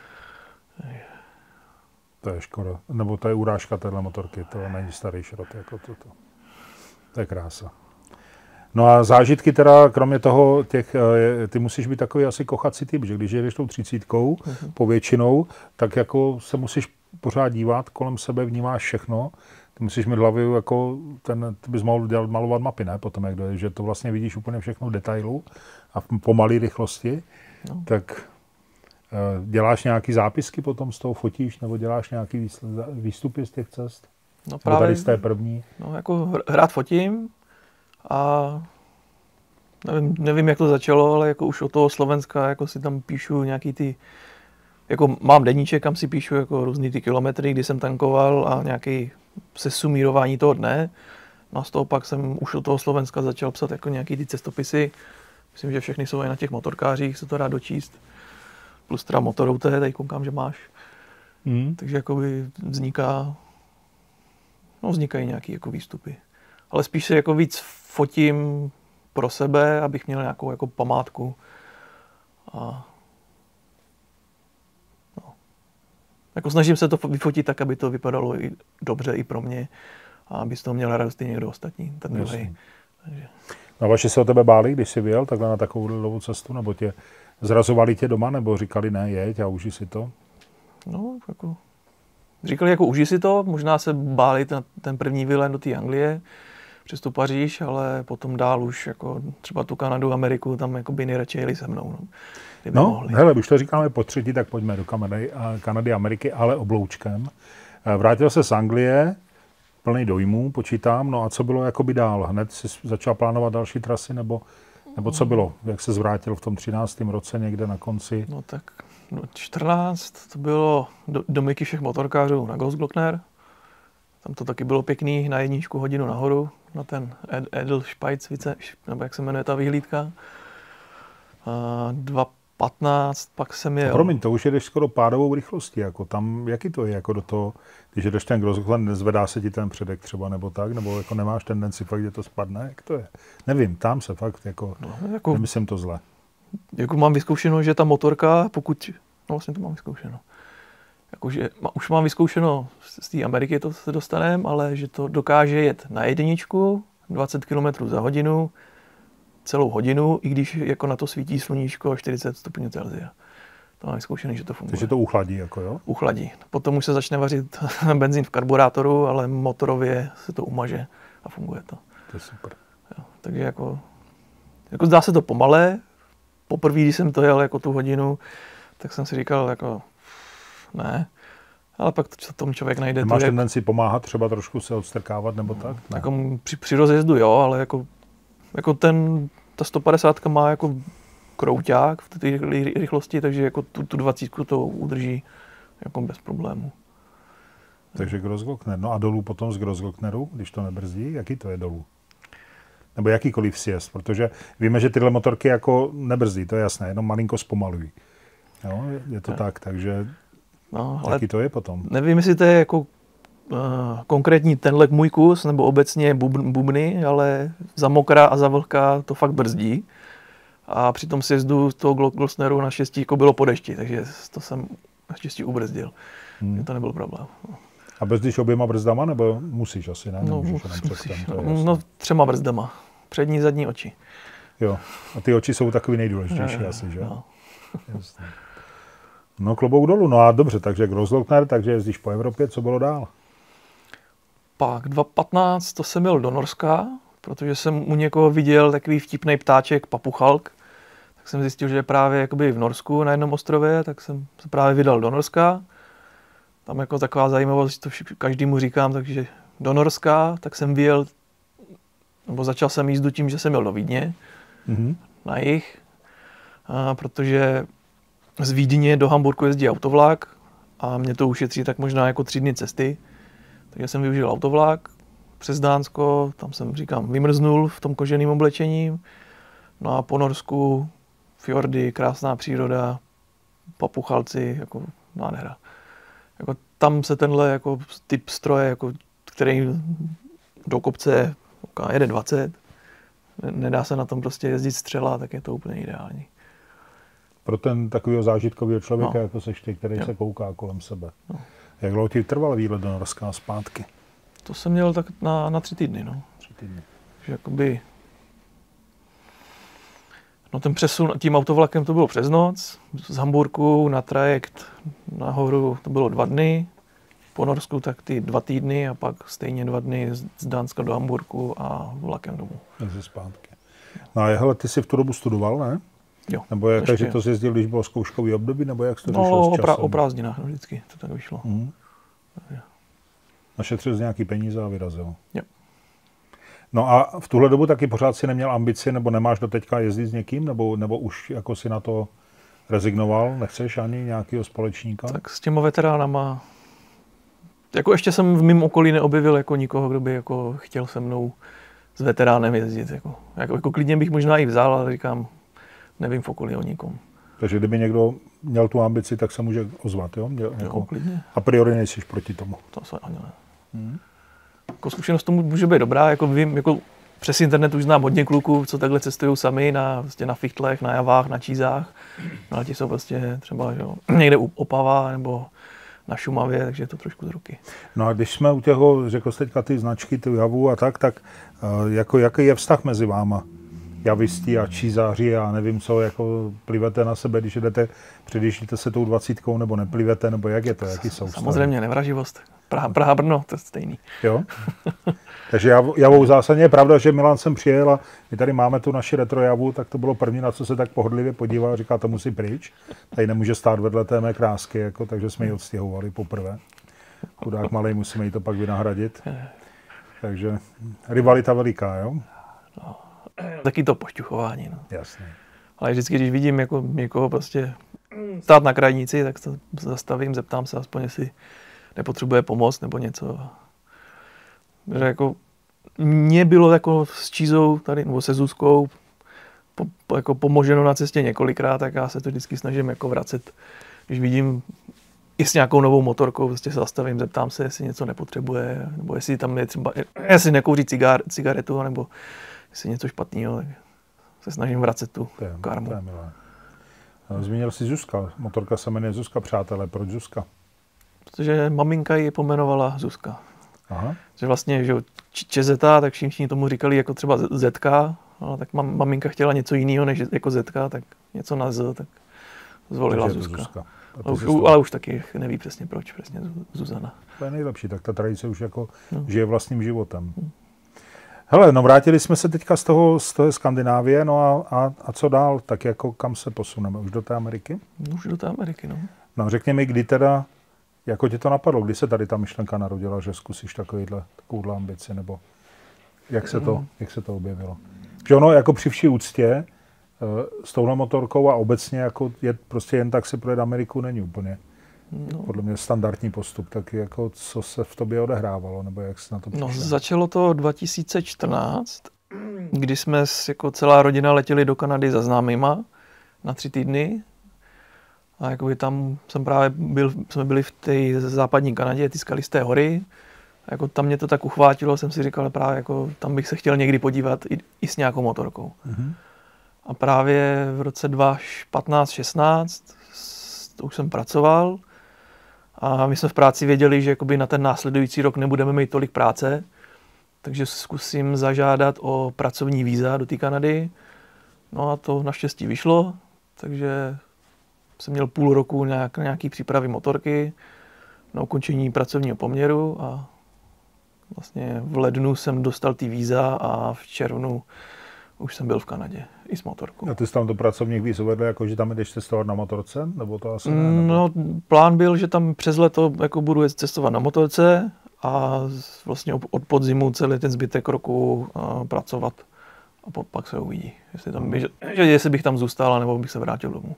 To je škoda. Nebo to je urážka téhle motorky, to není starý šrot, jako toto. To je krása. No a zážitky teda, kromě toho, těch, ty musíš být takový asi kochací typ, že když jedeš tou třicítkou uh-huh. povětšinou, tak jako se musíš pořád dívat, kolem sebe vnímáš všechno. Ty musíš mít hlavu jako ten, ty bys mohl dělat, malovat mapy, ne? Potom, jak doješ, že to vlastně vidíš úplně všechno v detailu a v pomalé rychlosti. No. Tak děláš nějaký zápisky potom z toho, fotíš, nebo děláš nějaký výstupy z těch cest? No právě, tady z té první? No jako rád fotím. A nevím, nevím, jak to začalo, ale jako už od toho Slovenska jako si tam píšu nějaký ty, jako mám deníček, kam si píšu jako různý ty kilometry, kdy jsem tankoval a nějaký sesumírování toho dne. No a z toho pak jsem už od toho Slovenska začal psat jako nějaký ty cestopisy. Myslím, že všechny jsou i na těch motorkářích, se to dá dočíst. Plus teda motorouté, tady koukám, že máš. Mm. Takže jakoby vzniká, no vznikají nějaký jako výstupy. Ale spíš se jako víc fotím pro sebe, abych měl nějakou jako památku. A no. Jako snažím se to vyfotit tak, aby to vypadalo i dobře i pro mě a aby z toho měl radost i někdo ostatní, ten druhý. Takže. No a vaši se o tebe báli, když jsi vyjel takhle na takovou dlouhou cestu, nebo tě zrazovali tě doma, nebo říkali ne, jeď a uži si to? No, jako... Říkali, jako uži si to, možná se báli ten, ten první výlet do té Anglie, přes tu Paříž, ale potom dál už jako třeba tu Kanadu, Ameriku, tam jako by nejradši jeli se mnou. No, no mohli. hele, už to říkáme po třetí, tak pojďme do Kanady, Kanady, Ameriky, ale obloučkem. Vrátil se z Anglie, plný dojmů, počítám, no a co bylo jakoby dál? Hned jsi začal plánovat další trasy, nebo, nebo co bylo? Jak se zvrátil v tom třináctém roce někde na konci? No tak no, čtrnáct to bylo do, domiky všech motorkářů na Grossglockner. Tam to taky bylo pěkný, na jedničku hodinu nahoru, na ten Ed, Edel Špajcvice, nebo jak se jmenuje ta vyhlídka. A dva patnáct, pak jsem jel. No, promiň, to už jedeš skoro pádovou rychlostí, jako tam, jaký to je, jako do toho, když jedeš ten Grossglockner, nezvedá se ti ten předek třeba, nebo tak, nebo jako nemáš tendenci fakt, kde to spadne, jak to je? Nevím, tam se fakt, jako, no, jako nemyslím to zle. Jako mám vyzkoušeno, že ta motorka, pokud, no vlastně to mám vyzkoušeno, jakože už mám vyzkoušeno z té Ameriky, to se dostaneme, ale že to dokáže jet na jedničku, dvacet kilometrů za hodinu, celou hodinu, i když jako na to svítí sluníčko čtyřicet stupňů Celsia. To mám vyzkoušený, že to funguje. Takže to uchladí, jako jo? Uchladí. Potom už se začne vařit benzín v karburátoru, ale motorově se to umaže a funguje to. To je super. Jo, takže jako, jako zdá se to pomalé. Poprvé, když jsem to jel jako tu hodinu, tak jsem si říkal jako ne. Ale pak to, tomu člověk najde. Máš to, tendenci jak... pomáhat, třeba trošku se odstrkávat nebo tak? Ne. Jako při, při rozjezdu jo, ale jako, jako ten, ta sto padesát má jako krouťák v té rychlosti, takže jako tu, tu dvacítku to udrží jako bez problémů. Takže Grossglockner. No a dolů potom z Grossglockneru, když to nebrzdí, jaký to je dolů? Nebo jakýkoliv sjezd, protože víme, že tyhle motorky jako nebrzdí, to je jasné, jenom malinko zpomalují. Jo, je to ne. tak, takže no, ale jaký to je potom? Nevím, jestli to je jako uh, konkrétní tenhle můj kus, nebo obecně bubn, bubny, ale za mokrá a za vlhká to fakt brzdí. A při tom sjezdu z toho Grossglockneru naštěstí jako bylo po dešti, takže to jsem naštěstí ubrzdil. Hmm. To nebyl problém. A brzdíš oběma brzdama, nebo musíš asi, ne? No, musíš, musíš, no, no třema brzdama. Přední, zadní oči. Jo, a ty oči jsou takový nejdůležitější no, asi, že? No. Jasně. No klobouk dolů, no a dobře, takže Grossglockner, takže jezdíš po Evropě, co bylo dál? Pak dva patnáct to jsem jel do Norska, protože jsem u někoho viděl takový vtipný ptáček papuchalk, tak jsem zjistil, že je právě jakoby v Norsku na jednom ostrově, tak jsem se právě vydal do Norska. Tam jako taková zajímavost, to každému říkám, takže do Norska, tak jsem vyjel, nebo začal jsem jízdu tím, že jsem jel do Vídně, mm-hmm. na jih, a protože z Vídně do Hamburku jezdí autovlak a mě to ušetří tak možná jako tři dny cesty. Takže jsem využil autovlak přes Dánsko, tam jsem, říkám, vymrznul v tom koženým oblečení. No a po Norsku fjordy, krásná příroda, papuchalci, jako nádhera. Jako tam se tenhle jako typ stroje, jako, který do kopce jede dvacet, nedá se na tom prostě jezdit střela, tak je to úplně ideální. Pro ten takového zážitkového člověka, no. jako seš ty, který jo. se kouká kolem sebe. No. Jak dlouho ti trval výlet do Norska a zpátky? To jsem měl tak na, na tři týdny. No. Tři týdny. Takže jakoby... No ten přesun tím autovlakem to bylo přes noc. Z Hamburku na trajekt nahoru to bylo dva dny. Po Norsku tak ty dva týdny a pak stejně dva dny z Dánska do Hamburku a vlakem domů. Takže zpátky. No a hele, ty jsi v tu dobu studoval, ne? Jo. Nebo jak, takže to zjezdil, když bylo zkouškový období, nebo jak jsi to no, řešil s časem? No, o prázdninách no, vždycky to tak vyšlo. Mm. Našetřil jsi nějaký peníze a vyrazil. Jo. No a v tuhle dobu taky pořád si neměl ambici, nebo nemáš do teďka jezdit s někým, nebo, nebo už jako si na to rezignoval? Nechceš ani nějakého společníka? Tak s těma veteránama, jako ještě jsem v mém okolí neobjevil jako nikoho, kdo by jako chtěl se mnou s veteránem jezdit. Jako, jako, jako klidně bych možná i vzal, ale říkám, nevím v okolí o nikom. Takže kdyby někdo měl tu ambici, tak se může ozvat, jo? Měl, jo jako, klidně. A priori nejsiš proti tomu. To se ani ne. Hmm. Jako zkušenost tomu může být dobrá, jako vím, jako přes internet už znám hodně kluků, co takhle cestují sami na, prostě na fichtlech, na javách, na čízách. No, ale ti jsou prostě třeba že, někde u Opava nebo na Šumavě, takže je to trošku z ruky. No a když jsme u těho, řekl jste teďka ty značky, ty javu a tak, tak jako jaký je vztah mezi váma? Javistí a čízáři a nevím co, jako plivete na sebe, když jdete, předjíždíte se tou dvacítkou, nebo neplivete, nebo jak je to, jaký jsou vztahy? Samozřejmě nevraživost. Praha, Praha, Brno, to je stejný. Jo? Takže jav, javou zásadně je pravda, že Milan sem přijel a my tady máme tu naši retro javu, tak to bylo první, na co se tak pohodlivě podíval, říká, to musí pryč. Tady nemůže stát vedle té mé krásky, jako, takže jsme ji odstěhovali poprvé. Chudák malej, musíme jí to pak vynahradit. Takže rivalita veliká, jo? No, taky to pošťuchování. No. Jasně. Ale vždycky, když vidím jako někoho prostě stát na krajnici, tak to zastavím, zeptám se aspoň, jestli nepotřebuje pomoc nebo něco. Že jako mně bylo jako s Čízou tady, nebo se Zuzkou po, po, jako pomoženo na cestě několikrát, tak já se to vždycky snažím jako vracet. Když vidím i s nějakou novou motorkou, prostě se zastavím, zeptám se, jestli něco nepotřebuje, nebo jestli tam je třeba, jestli nekouří cigár, cigaretu, nebo jestli něco špatného, tak se snažím vracet tu to je, karmu. To je milé. Zmínil jsi Zuzka. Motorka se jmenuje Zuzka, přátelé. Proč Zuzka? Protože maminka ji pomenovala Zuzka. Aha. Že vlastně, že Čezeta, tak všichni tomu říkali jako třeba Zetka, ale tak mam, maminka chtěla něco jiného než jako Zetka, tak něco na Z, tak zvolila Takže Zuzka. Zuzka. Ale už, ale už taky neví přesně proč, přesně Zuzana. To je nejlepší, tak ta tradice už jako no. žije vlastním životem. Hmm. Hele, no vrátili jsme se teďka z toho, z toho Skandinávie, no a, a, a co dál? Tak jako kam se posuneme? Už do té Ameriky? Už do té Ameriky, no. No řekni mi, kdy teda, jako tě to napadlo, kdy se tady ta myšlenka narodila, že zkusíš takovýhle, takovouhle ambici, nebo jak se to, mm. jak se to objevilo? Že ono jako při vší úctě s touhle motorkou a obecně jako je prostě jen tak se projet Ameriku není úplně. No. Podle mě standardní postup, tak jako co se v tobě odehrávalo, nebo jak jsi na to přišel? No, začalo to dva tisíce čtrnáct, kdy jsme jako celá rodina letěli do Kanady za známýma na tři týdny. A jakoby tam jsem právě byl, jsme byli v té západní Kanadě, ty skalisté hory. A jako tam mě to tak uchvátilo, jsem si říkal, právě jako tam bych se chtěl někdy podívat i, i s nějakou motorkou. Mm-hmm. A právě v roce dva tisíce patnáct šestnáct to už jsem pracoval. A my jsme v práci věděli, že jakoby na ten následující rok nebudeme mít tolik práce, takže zkusím zažádat o pracovní víza do té Kanady. No a to naštěstí vyšlo, takže jsem měl půl roku nějak, nějaký přípravy motorky na ukončení pracovního poměru a vlastně v lednu jsem dostal ty víza a v červnu už jsem byl v Kanadě i s motorkou. A ty jsi tam do pracovních víz uvedl, jako že tam jdeš cestovat na motorce? Nebo to asi ne? Nebo... No, plán byl, že tam přes leto jako budu cestovat na motorce a vlastně od podzimu celý ten zbytek roku a, pracovat a po, pak se uvidí. Jestli, tam, že, že, jestli bych tam zůstal, nebo bych se vrátil domů.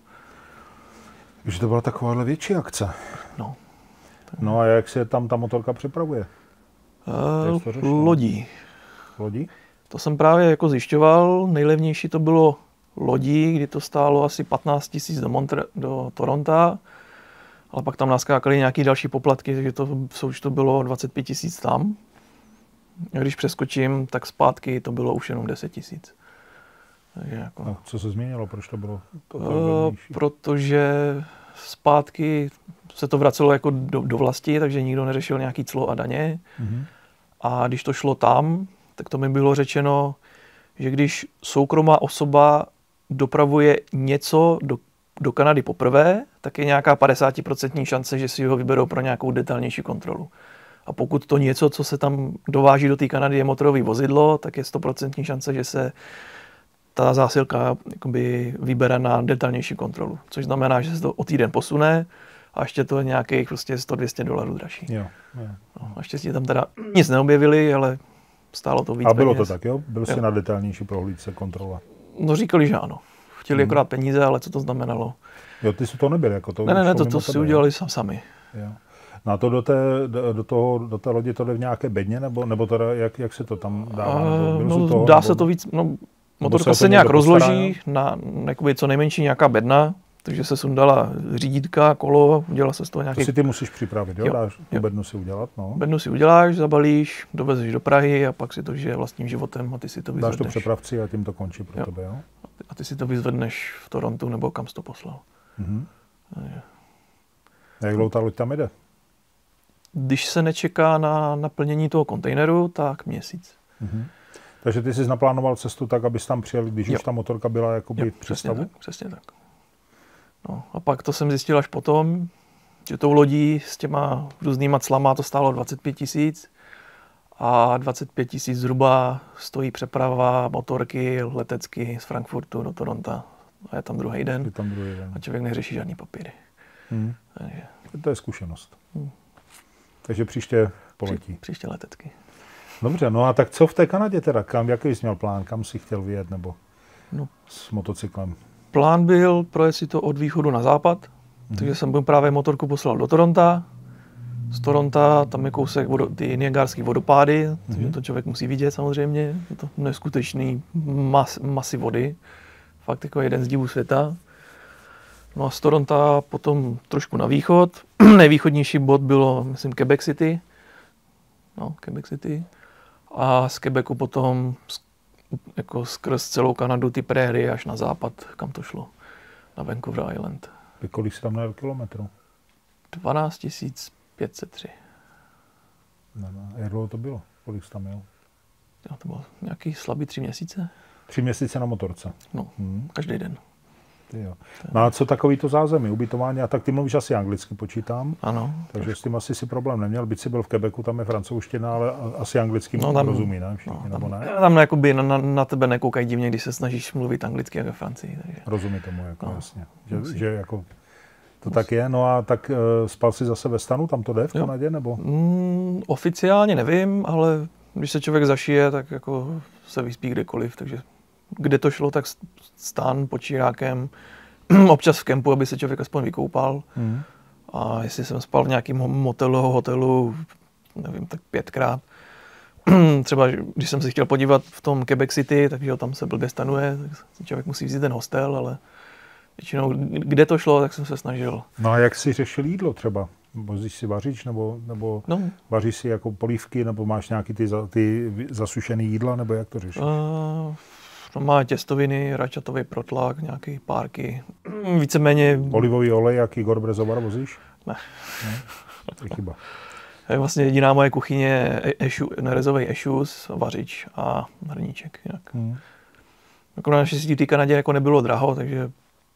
Že to byla takováhle větší akce. No. No a jak se tam ta motorka připravuje? Uh, lodí. Lodí? To jsem právě jako zjišťoval. Nejlevnější to bylo lodí, kdy to stálo asi patnáct tisíc do, Montre- do Toronto, ale pak tam naskákaly nějaké další poplatky, takže to, už to bylo dvacet pět tisíc tam. A když přeskočím, tak zpátky to bylo už jenom deset tisíc. Jako... A co se změnilo? Proč to bylo? To uh, protože zpátky se to vracelo jako do, do vlasti, takže nikdo neřešil nějaký clo a daně. Mm-hmm. A když to šlo tam, tak to mi bylo řečeno, že když soukromá osoba dopravuje něco do, do Kanady poprvé, tak je nějaká padesát procent šance, že si ho vyberou pro nějakou detailnější kontrolu. A pokud to něco, co se tam dováží do té Kanady, je motorové vozidlo, tak je sto procent šance, že se ta zásilka jakoby vybere na detailnější kontrolu. Což znamená, že se to o týden posune a ještě to je nějakých prostě sto dvě stě dolarů dražší. Jo, jo. No, naštěstí tam teda nic neobjevili, ale stálo to víc A bylo peněz. To tak, jo? Byl jsi na detailnější prohlídce kontrola? No říkali, že ano. Chtěli hmm. akorát peníze, ale co to znamenalo? Jo, ty jsi to nebyl, jako to. Ne, ne, ne, to, to si tebe, udělali jo? sami. Jo. No a to do té, do, toho, do té lodi to jde v nějaké bedně, nebo, nebo teda jak, jak se to tam dává? Uh, no, toho, dá nebo, se to víc, no, motorka se, se nějak rozloží na, na jakoby co nejmenší nějaká bedna, takže se sundala řídítka, kolo, udělala se z toho nějaký... To si ty musíš připravit, jo? jo Dáš tu jo. bednu si udělat, no. Bednu si uděláš, zabalíš, dovezeš do Prahy a pak si to žije vlastním životem a ty si to vyzvedneš. Dáš to přepravci a tím to končí pro jo. tebe, jo? A ty si to vyzvedneš v Torontu nebo kam jsi to poslal. Mhm. A jak dlouho ta loď tam jde? když se nečeká na naplnění toho kontejneru, tak měsíc. Mm-hmm. Takže ty jsi naplánoval cestu tak, abys tam přijel, když jo. už ta motorka byla jakoby jo, v přestavu? Přesně tak, přesně tak. No, a pak to jsem zjistil až potom, že tou lodí s těma různýma clama to stálo dvacet pět tisíc a dvacet pět tisíc zhruba stojí přeprava motorky letecky z Frankfurtu do Toronto. A je tam druhý den, je tam druhý den. A člověk neřeší žádný papíry. Hmm. Takže. To je zkušenost. Hmm. Takže příště poletí. Při, příště letecky. Dobře, no a tak co v té Kanadě teda? Kam, jaký jsi měl plán? Kam jsi chtěl vyjet nebo no. s motocyklem? Plán byl projet si to od východu na západ, mm-hmm. takže jsem právě motorku poslal do Toronto. Z Toronto tam je kousek vodo, ty Niagarské vodopády, mm-hmm. takže to člověk musí vidět samozřejmě. Je to neskutečný mas, masy vody, fakt jako jeden z divů světa. No a z Toronto potom trošku na východ. Nejvýchodnější bod bylo, myslím, Quebec City. No, Quebec City. A z Quebecu potom jako skrz celou Kanadu ty prérie až na západ, kam to šlo, na Vancouver Island. Kolik jsi tam najel kilometrů? dvanáct tisíc pět set tři. No, no. Jak dlouho to bylo? Kolik jsi tam jel? Jo, to bylo nějaký slabý tři měsíce. Tři měsíce na motorce? No, hmm. každý den. Ty jo. No a co takový to zázemí, ubytování? A tak ty mluvíš asi anglicky, počítám. Ano. Takže trošku. S tím asi si problém neměl. Byť jsi byl v Quebecu, tam je francouzština, ale asi anglicky no, tam, rozumí, ne? Všichni, no, nebo tam, ne? Tam jakoby na, na, na tebe nekoukají divně, když se snažíš mluvit anglicky jako ve Francii. Takže. Rozumí tomu, jako no, jasně. Že, že jako to musí. Tak je. No a tak uh, spal jsi zase ve stanu, tam to jde v Kanadě, nebo? Mm, oficiálně nevím, ale když se člověk zašije, tak jako se vyspí kdekoliv, takže kde to šlo, tak stan pod čírákem, občas v kempu, aby se člověk aspoň vykoupal. Hmm. A jestli jsem spal v nějakém motelu, hotelu, nevím, tak pětkrát. Třeba, když jsem si chtěl podívat v tom Quebec City, takže tam se blbě stanuje, tak člověk musí vzít ten hostel, ale většinou, kde to šlo, tak jsem se snažil. No a jak jsi řešil jídlo třeba? Vozíš si vařič, nebo, nebo no. vaříš si jako polívky, nebo máš nějaký ty, ty zasušený jídla, nebo jak to řešíš? Uh... No, má těstoviny, račatový protlak, nějaký párky, víceméně... Olivový olej, jaký Gorbrezovár vozíš? Ne. Ne? To je chyba. Je vlastně jediná moje kuchyně nerezový ešus, vařič a hrníček. Jinak. Hmm. Jako na naštěstí té Kanadě jako nebylo draho, takže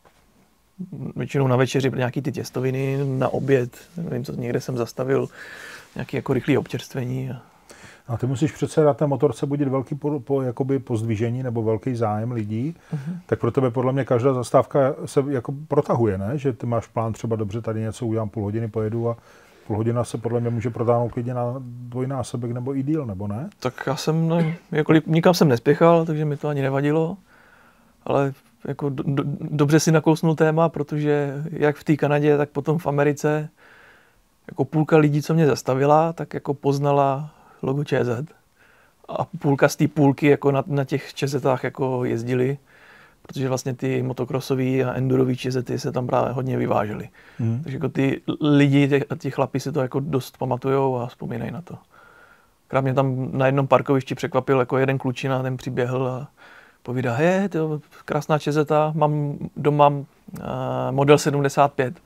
většinou na večeři nějaký ty těstoviny, na oběd, nevím co, někde jsem zastavil, nějaké jako rychlé občerstvení. A... A ty musíš přece na té motorce budit velký po, po, jakoby pozdvižení nebo velký zájem lidí, uh-huh. tak pro tebe podle mě každá zastávka se jako protahuje, ne? Že ty máš plán třeba dobře, tady něco udělám, půl hodiny pojedu a půl hodina se podle mě může protáhnout klidně na dvojnásobek nebo i díl, nebo ne? Tak já jsem, ne, jako nikam jsem nespěchal, takže mi to ani nevadilo, ale jako do, do, dobře si nakousnul téma, protože jak v té Kanadě, tak potom v Americe jako půlka lidí, co mě zastavila, tak jako poznala logo ČZ. A půlka z té půlky jako na, na těch ČZách jako jezdili, protože vlastně ty motokrosový a endurový ČZy se tam právě hodně vyvážely. Mm. Takže jako ty lidi, ty, ty chlapi si to jako dost pamatujou a vzpomínají na to. Krát mě tam na jednom parkovišti překvapil jako jeden klučina, ten přiběhl a povídá, hej, to krásná ČZ, mám doma uh, model sedmdesát pět.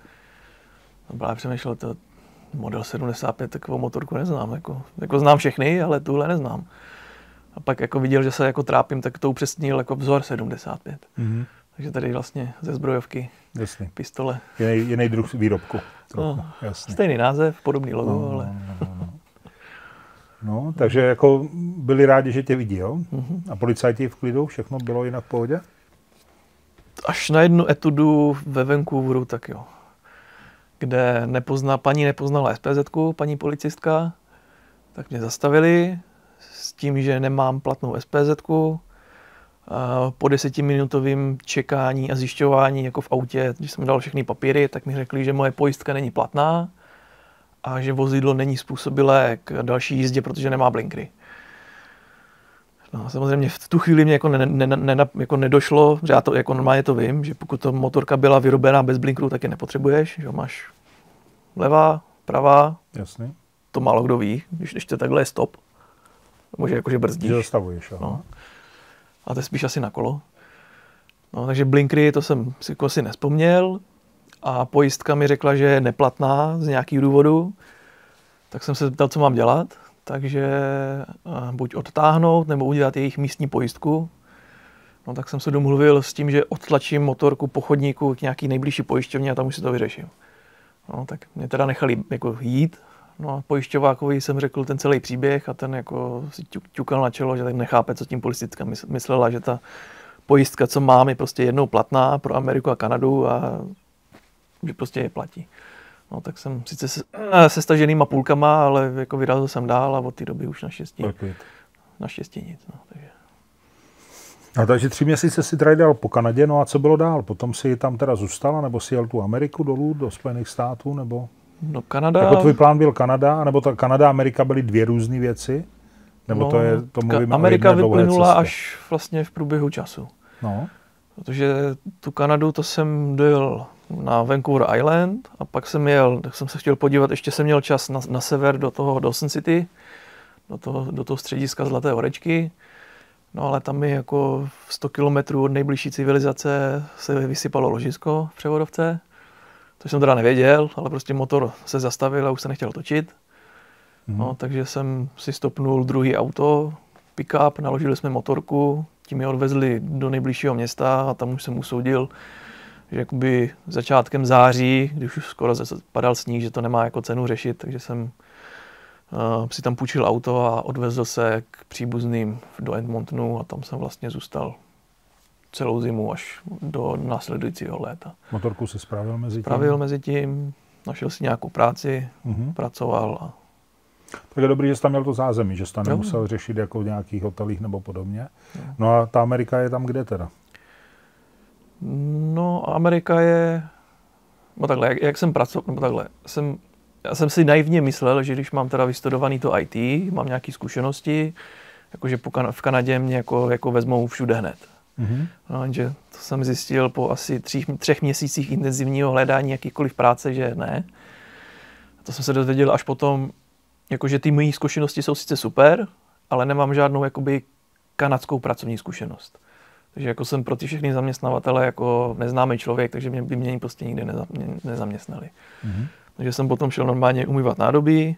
A právě přemýšlel, to model sedmdesát pět, takovou motorku neznám. Jako, jako znám všechny, ale tuhle neznám. A pak jako viděl, že se jako trápím, tak to upřesnil jako vzor sedmdesát pět. Mm-hmm. Takže tady vlastně ze zbrojovky, jasný. Pistole. Jiný, jiný druh výrobku. No, stejný název, podobný logo, no, ale... No, no, no. no, takže jako byli rádi, že tě vidí, jo? Mm-hmm. A policajti v klidu, všechno bylo jinak v pohodě? Až na jednu etudu ve Vancouveru, tak jo. Kde nepozná, paní nepoznala SPZku, paní policistka, tak mě zastavili s tím, že nemám platnou SPZku. Po desetiminutovém čekání a zjišťování jako v autě, když jsem dal všechny papíry, tak mi řekli, že moje pojistka není platná a že vozidlo není způsobilé k další jízdě, protože nemá blinkry. No, samozřejmě v tu chvíli mě jako, ne, ne, ne, jako nedošlo, že já to jako normálně to vím, že pokud ta motorka byla vyrobená bez blinkru, tak je nepotřebuješ, že máš levá, pravá. Jasně. To málo kdo ví, když ještě takhle je stop, může jakože brzdíš. Že zastavuješ, no. A to je spíš asi na kolo. No, takže blinkry, to jsem si jako si nespomněl a pojistka mi řekla, že je neplatná z nějakého důvodu. tak jsem se zeptal, co mám dělat. Takže buď odtáhnout, nebo udělat jejich místní pojistku. No tak jsem se domluvil s tím, že odtlačím motorku po chodníku k nějaký nejbližší pojišťovně a tam už si to vyřeším. No tak mě teda nechali jako jít. No a pojišťovákovi jsem řekl ten celý příběh a ten jako si ťukal na čelo, že tak nechápe, co tím policistka myslela, že ta pojistka, co mám, je prostě jednou platná pro Ameriku a Kanadu a že prostě je platí. No tak jsem sice se, se staženýma půlkama, ale jako vyrazil jsem dál a od té doby už naštěstí, naštěstí nic. No, takže. A takže tři měsíce si trajdal po Kanadě, no a co bylo dál? Potom si tam teda zůstala, nebo si jel tu Ameriku dolů, do Spojených států, nebo? No Kanada... Jako tvůj plán byl Kanada, nebo ta Kanada a Amerika byly dvě různé věci? Nebo no, to je, to mluvíme Amerika o jedné dlouhé vyplynula cestě. až vlastně v průběhu času. No. Protože tu Kanadu to jsem dojel na Vancouver Island a pak jsem jel, tak jsem se chtěl podívat, ještě jsem měl čas na, na sever do toho Dawson City, do toho, do toho střediska Zlaté horečky. No ale tam mi jako sto kilometrů od nejbližší civilizace se vysypalo ložisko v převodovce. To jsem teda nevěděl, ale prostě motor se zastavil a už se nechtěl točit. Mm. No, takže jsem si stopnul druhý auto, pick-up, naložili jsme motorku, tím je odvezli do nejbližšího města a tam už jsem usoudil, že jakoby začátkem září, když už skoro padal sníh, že to nemá jako cenu řešit, takže jsem uh, si tam půjčil auto a odvezl se k příbuzným do Edmontonu a tam jsem vlastně zůstal celou zimu až do následujícího léta. Motorku se spravil mezi tím? Spravil mezi tím, našel si nějakou práci, mm-hmm. pracoval. A... Tak je dobrý, že jsi tam měl to zázemí, že jsi tam nemusel řešit jako v nějakých hotelích nebo podobně. No. no a ta Amerika je tam kde teda? No Amerika je, no takhle, jak, jak jsem pracoval, nebo takhle, jsem, já jsem si naivně myslel, že když mám teda vystudovaný to í té, mám nějaké zkušenosti, jakože po kan- v Kanadě mě jako, jako vezmou všude hned. Mm-hmm. No, že to jsem zjistil po asi třích, třech měsících intenzivního hledání jakýchkoliv práce, že ne. To jsem se dozvěděl až potom, jakože ty mojí zkušenosti jsou sice super, ale nemám žádnou jakoby kanadskou pracovní zkušenost. Takže jako jsem pro ty všechny zaměstnavatele jako neznámý člověk, takže mě by mě prostě nikdy neza, nezaměstnali. Mm-hmm. Takže jsem potom šel normálně umývat nádobí,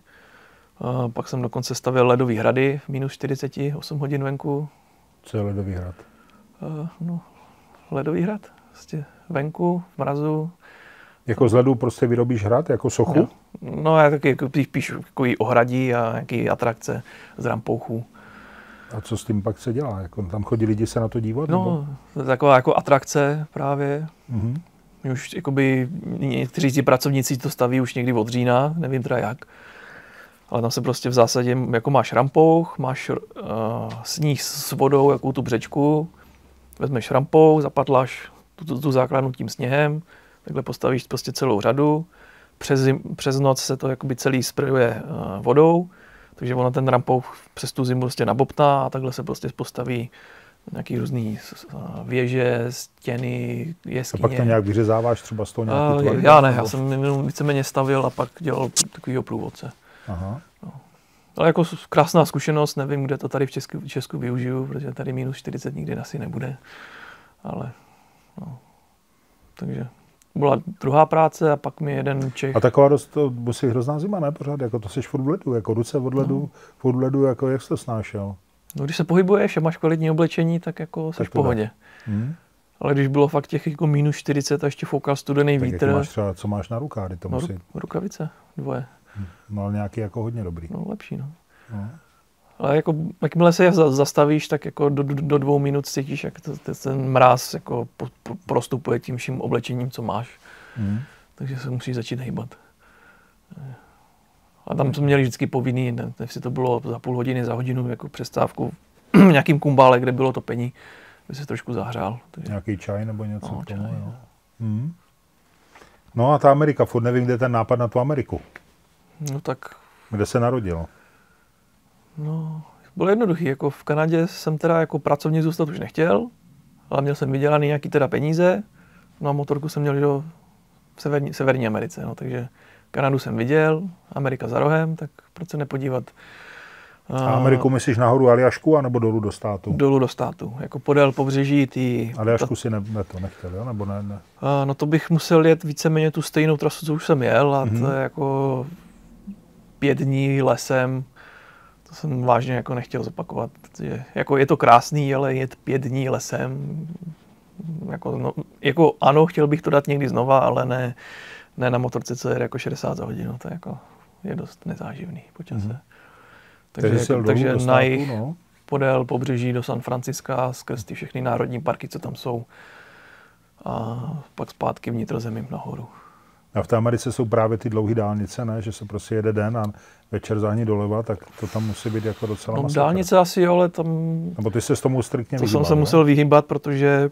a pak jsem dokonce stavěl ledový hrady v minus čtyřicet osm hodin venku. Co je ledový hrad? Uh, no, ledový hrad, prostě venku, v mrazu. Jako z ledu prostě vyrobíš hrad, jako sochu? No, no já taky jako, píšu takový ohradí a nějaký atrakce z rampouchů. A co s tím pak se dělá? Jako, tam chodí lidi se na to dívat? No, nebo? Taková jako atrakce právě. Mm-hmm. Už jakoby někteří ti pracovníci to staví už někdy od října, nevím teda jak. Ale tam se prostě v zásadě, jako máš rampouch, máš uh, sníh s vodou, jakou tu břečku, vezmeš rampouch, zapatláš tu, tu, tu základnu tím sněhem, takhle postavíš prostě celou řadu, přes, zim, přes noc se to jakoby celý sprejuje uh, vodou, takže ono ten rampouch přes tu zimu prostě nabobtná a takhle se prostě postaví nějaký různý uh, věže, stěny, jeskyně. A pak to nějak vyřezáváš třeba z toho nějaký uh, tvorby? Já ne, já jsem jenom víceméně stavil a pak dělal takovýho průvodce. Aha. No. Ale jako krásná zkušenost, nevím, kde to tady v Česku, v Česku využiju, protože tady minus čtyřicet nikdy asi nebude. Ale, no. Takže byla druhá práce a pak mi jeden Čech... A taková dost, to musí hrozná zima, ne? Pořád, jako to seš furt v ledu, jako ruce od ledu, no. Furt v ledu, jako jak jsi to snášel? No, když se pohybuješ a máš kvalitní oblečení, tak jako seš v pohodě. Hmm. Ale když bylo fakt těch jako minus čtyřicet a ještě foukal studený tak vítr... máš třeba, co máš na rukáři, to no, musí... rukavice, dvoje. No ale nějaký jako hodně dobrý. No lepší, no. no. Ale jako, jakmile se zastavíš, tak jako do, do, do dvou minut cítíš, jak to, ten mráz jako po, po, prostupuje tím vším oblečením, co máš. Mm. Takže se musíš začít hejbat. A tam jsme měli vždycky povinný, ne, jestli to bylo za půl hodiny, za hodinu, jako přestávku v nějakým kumbále, kde bylo topení, by se trošku zahřál. Takže... Nějaký čaj nebo něco no, k tomu, čaj, jo. Mm. No a ta Amerika, furt nevím, kde je ten nápad na tu Ameriku. No tak... Kde se narodilo? No, bylo jednoduchý, jako v Kanadě jsem teda jako pracovně zůstat už nechtěl, ale měl jsem vydělaný nějaký teda peníze, no a motorku jsem měl do v severní, severní Americe, no, takže Kanadu jsem viděl, Amerika za rohem, tak proč se nepodívat. A Ameriku myslíš nahoru Aljašku, anebo dolů do státu? Dolů do státu, jako podél pobřeží ty... Aljašku si ne, ne to nechtěl, jo? Nebo ne, ne? No to bych musel jet víceméně tu stejnou trasu, co už jsem jel a mm-hmm. to je jako... pět dní lesem, to jsem vážně jako nechtěl zopakovat. Je, jako je to krásný, ale jet pět dní lesem, jako, no, jako ano, chtěl bych to dát někdy znova, ale ne, ne na motorce, co jede jako šedesát za hodinu, to je, jako, je dost nezáživný po čase. Mm-hmm. Takže, jako, takže na jich no. podél pobřeží do San Franciska, skrz ty všechny národní parky, co tam jsou, a pak zpátky vnitrozemím nahoru. A v té Americe jsou právě ty dlouhé dálnice, ne? Že se prostě jede den a večer záhní doleva, tak to tam musí být jako docela no, masakr. Dálnice asi jo, ale tam... Nebo ty se s tomu striktně To vyhýbal, jsem se ne? musel vyhýbat, protože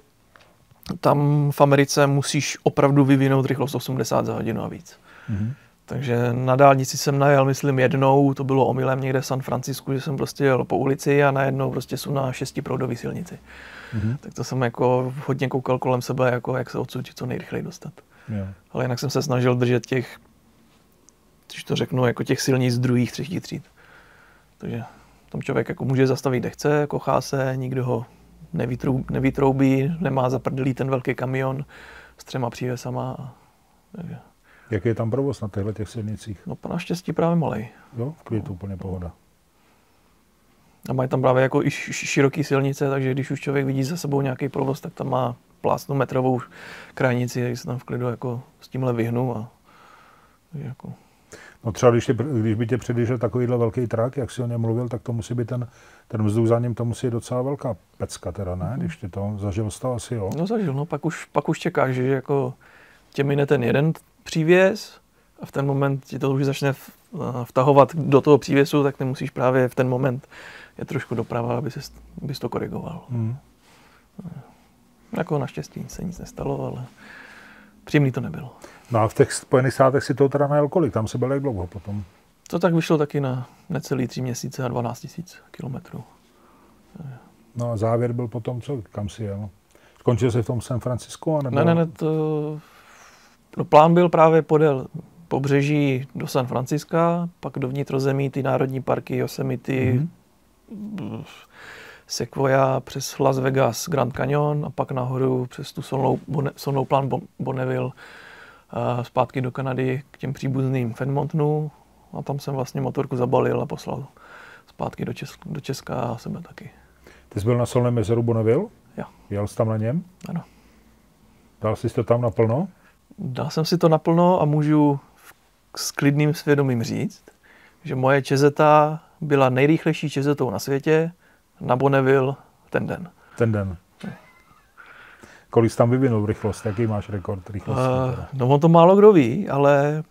tam v Americe musíš opravdu vyvinout rychlost osmdesát za hodinu a víc. Mm-hmm. Takže na dálnici jsem najel, myslím, jednou, to bylo omylem někde v San Francisku, že jsem prostě jel po ulici a najednou prostě jsou na šestiproudový silnici. Mm-hmm. Tak to jsem jako hodně koukal kolem sebe, jako jak se odsud co nejrychleji dostat. Yeah. Ale jinak jsem se snažil držet těch, když to řeknu, jako těch silnic z druhých, třetích tříd. Takže tam člověk jako může zastavit, kde chce, kochá se, nikdo ho nevytroubí, nevytroubí, nemá zaprdelý ten velký kamion s třema přívesama. Takže. Jaký je tam provoz na těchto těch silnicích? No naštěstí právě malej. Jo, v klidu, úplně pohoda. A mají tam právě jako i široký silnice, takže když už člověk vidí za sebou nějaký provoz, tak tam má plásnou metrovou krajnici, takže se tam v klidu jako s tímhle vyhnu. A, jako. No třeba když, tě, když by tě předjížděl takovýhle velký trak, jak jsi o něm mluvil, tak to musí být ten, ten vzduch za ním, to musí být docela velká pecka teda, ne? Když ty to zažil to asi, jo? No zažil, no pak už, pak už čekáš, že jako tě mine ten jeden přívěs a v ten moment ti to už začne vtahovat do toho přívěsu, tak ty musíš právě v ten moment je trošku doprava, aby ses, abys to korigoval. Hmm. Jako naštěstí se nic nestalo, ale příjemný to nebylo. No a v těch Spojených státech si to teda najel kolik? Tam se byl jak dlouho potom? To tak vyšlo taky na necelý tři měsíce a dvanáct tisíc kilometrů. No a závěr byl potom co? Kam si jel? Skončil jsi v tom San Francisku? Ne, ne, ne, to... No, plán byl právě podél pobřeží do San Franciska, pak do vnitrozemí ty národní parky, Yosemite, mm-hmm. Sequoia, přes Las Vegas, Grand Canyon a pak nahoru přes tu solnou, Bonne, solnou plán Bonneville a zpátky do Kanady k těm příbuzným Fenmontnu a tam jsem vlastně motorku zabalil a poslal zpátky do, Česk- do Česka a sebe taky. Ty jsi byl na solném jezeru Bonneville? Jo. Jel jsi tam na něm? Ano. Dal jsi to tam naplno? Dal jsem si to naplno a můžu s klidným svědomím říct, že moje čezeta byla nejrychlejší čezetou na světě na Bonneville ten den. Ten den. Kolik jsi tam vyvinul rychlost? Jaký máš rekord rychlosti? Uh, no on to málo kdo ví, ale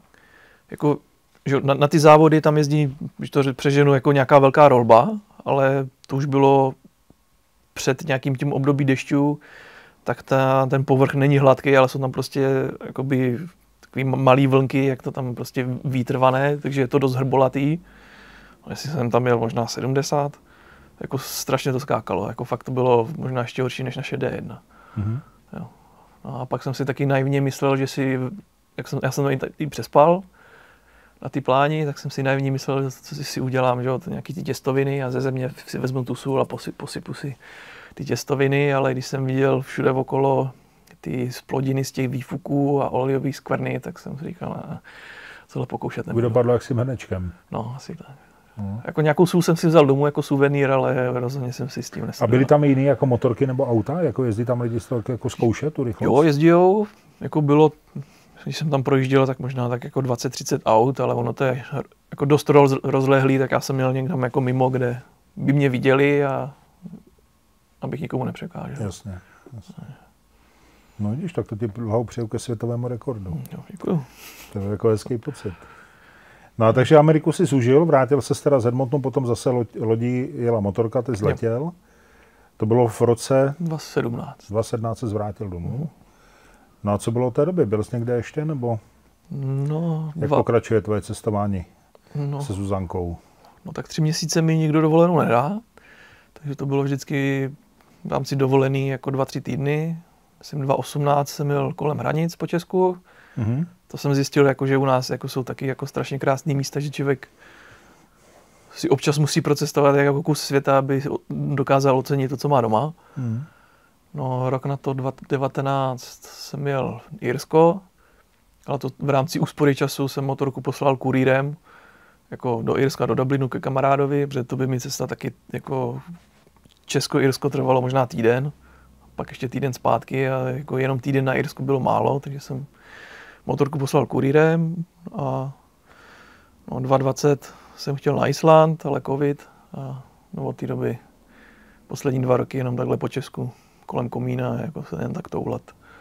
jako, že na, na ty závody tam jezdí, když to přeženu, jako nějaká velká rolba, ale to už bylo před nějakým tím období dešťů, tak ta, ten povrch není hladký, ale jsou tam prostě jakoby takový malý vlnky, jak to tam prostě výtrvané, takže je to dost hrbolatý. Jestli jsem tam jel možná sedmdesát, jako strašně to skákalo, jako fakt to bylo možná ještě horší než naše D jedna. Mm-hmm. Jo. No a pak jsem si taky naivně myslel, že si, jak jsem, já jsem to i přespal na ty pláni, tak jsem si naivně myslel, co si, si udělám, že nějaký ty těstoviny a ze země si vezmu tu sůl a posy, posypu si ty těstoviny, ale když jsem viděl všude okolo ty splodiny z těch výfuků a olejových skvrny, tak jsem si říkal, ne, tohle pokoušet nebudu. Dopadlo jak s tím hrnečkem. No, asi tak. Hmm. Jako nějakou sůl jsem si vzal domů jako suvenýr, ale rozhodně jsem si s tím nesedl. A byly tam jiný jako motorky nebo auta? Jako jezdí tam lidi z toho jako zkoušet tu rychlost? Jo, jezdijou. Jako bylo, když jsem tam projížděl, tak možná tak jako dvacet třicet aut, ale ono to je jako dost roz, rozlehlý, tak já jsem měl někde jako mimo, kde by mě viděli a abych nikomu nepřekážel. Jasně. jasně. No vidíš, tak to ti blahopřeju ke světovému rekordu. Jo, děkuju. To je jako hezký pocit. No a takže Ameriku si zužil, vrátil se teda z Edmontonu, potom zase lodí jela motorka, ty zletěl. Jo. To bylo v roce... dva tisíce sedmnáct. dva tisíce sedmnáct se zvrátil domů. Mm. No a co bylo od té doby? Byl jsi někde ještě, nebo... No... Jak dva... pokračuje tvoje cestování no. se Zuzankou? No tak tři měsíce mi nikdo dovolenou nedá. Takže to bylo vždycky v rámci dovolený jako dva, tři týdny. Myslím dva tisíce osmnáct jsem jel kolem hranic po Česku. Mm-hmm. To jsem zjistil, jako, že u nás jako jsou taky jako strašně krásné místa, že člověk si občas musí procestovat jako kus světa, aby dokázal ocenit to, co má doma. Mm. No, rok na to dva tisíce devatenáct jsem jel Irsko, ale to v rámci úspory času jsem motorku poslal kurýrem, jako do Irska, do Dublinu ke kamarádovi, protože to by mi cesta taky jako Česko-Irsko trvalo možná týden, pak ještě týden zpátky a jako jenom týden na Irsku bylo málo, takže jsem motorku poslal kurýrem a no, dva dvacet jsem chtěl na Island, ale covid a no, od té doby poslední dva roky jenom takhle po Česku kolem komína, jako se jen tak toulat.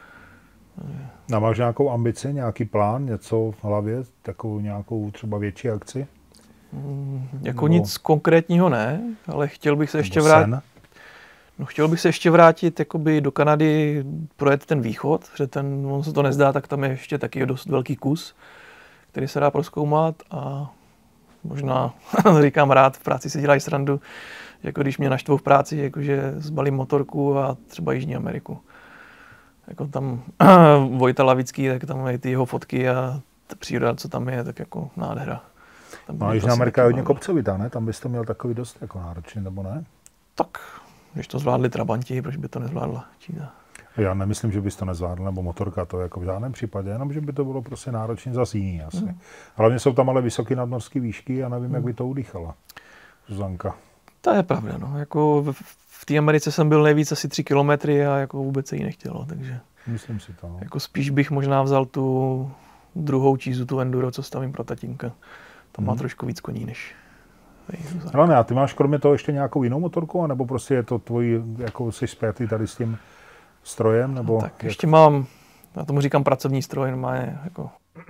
A máš nějakou ambici, nějaký plán, něco v hlavě, takovou nějakou třeba větší akci? Mm, jako Nebo... nic konkrétního ne, ale chtěl bych se ještě Nebo vrátit. sen? No, chtěl bych se ještě vrátit jakoby do Kanady, projet ten východ, protože ten, on se to nezdá, tak tam je ještě taky dost velký kus, který se dá prozkoumat a možná, říkám rád, v práci si dělají srandu, jako když mě naštvou v práci, jakože zbalím motorku a třeba Jižní Ameriku. Jako tam Vojta Lavický, tak tam mají ty jeho fotky a ta příroda, co tam je, tak jako nádhera. Tam no a Jižní Amerika je hodně kopcovitá, ne? Tam byste měl takový dost jako náročný, nebo ne? Tak, když to zvládli Trabanti, proč by to nezvládla Čína? Já nemyslím, že bys to nezvládl, nebo motorka, to jako v žádném případě, jenom že by to bylo prostě náročně zas jiný asi. Hmm. Hlavně jsou tam ale vysoké nadmořské výšky a nevím, hmm. jak by to udýchala. Zuzanka. To je pravda, no. Jako v, v té Americe jsem byl nejvíc asi tři kilometry a jako vůbec se jí nechtělo, takže... Myslím si to, no. Jako spíš bych možná vzal tu druhou čízu, tu enduro, co stavím pro tatínka. Tam hmm. má trošku víc koní, než... Ale ne, a ty máš kromě toho ještě nějakou jinou motorku, anebo prostě je to tvůj, jako jsi zpětý tady s tím strojem, nebo... No, tak jak... ještě mám, já tomu říkám pracovní stroj, no má je, jako...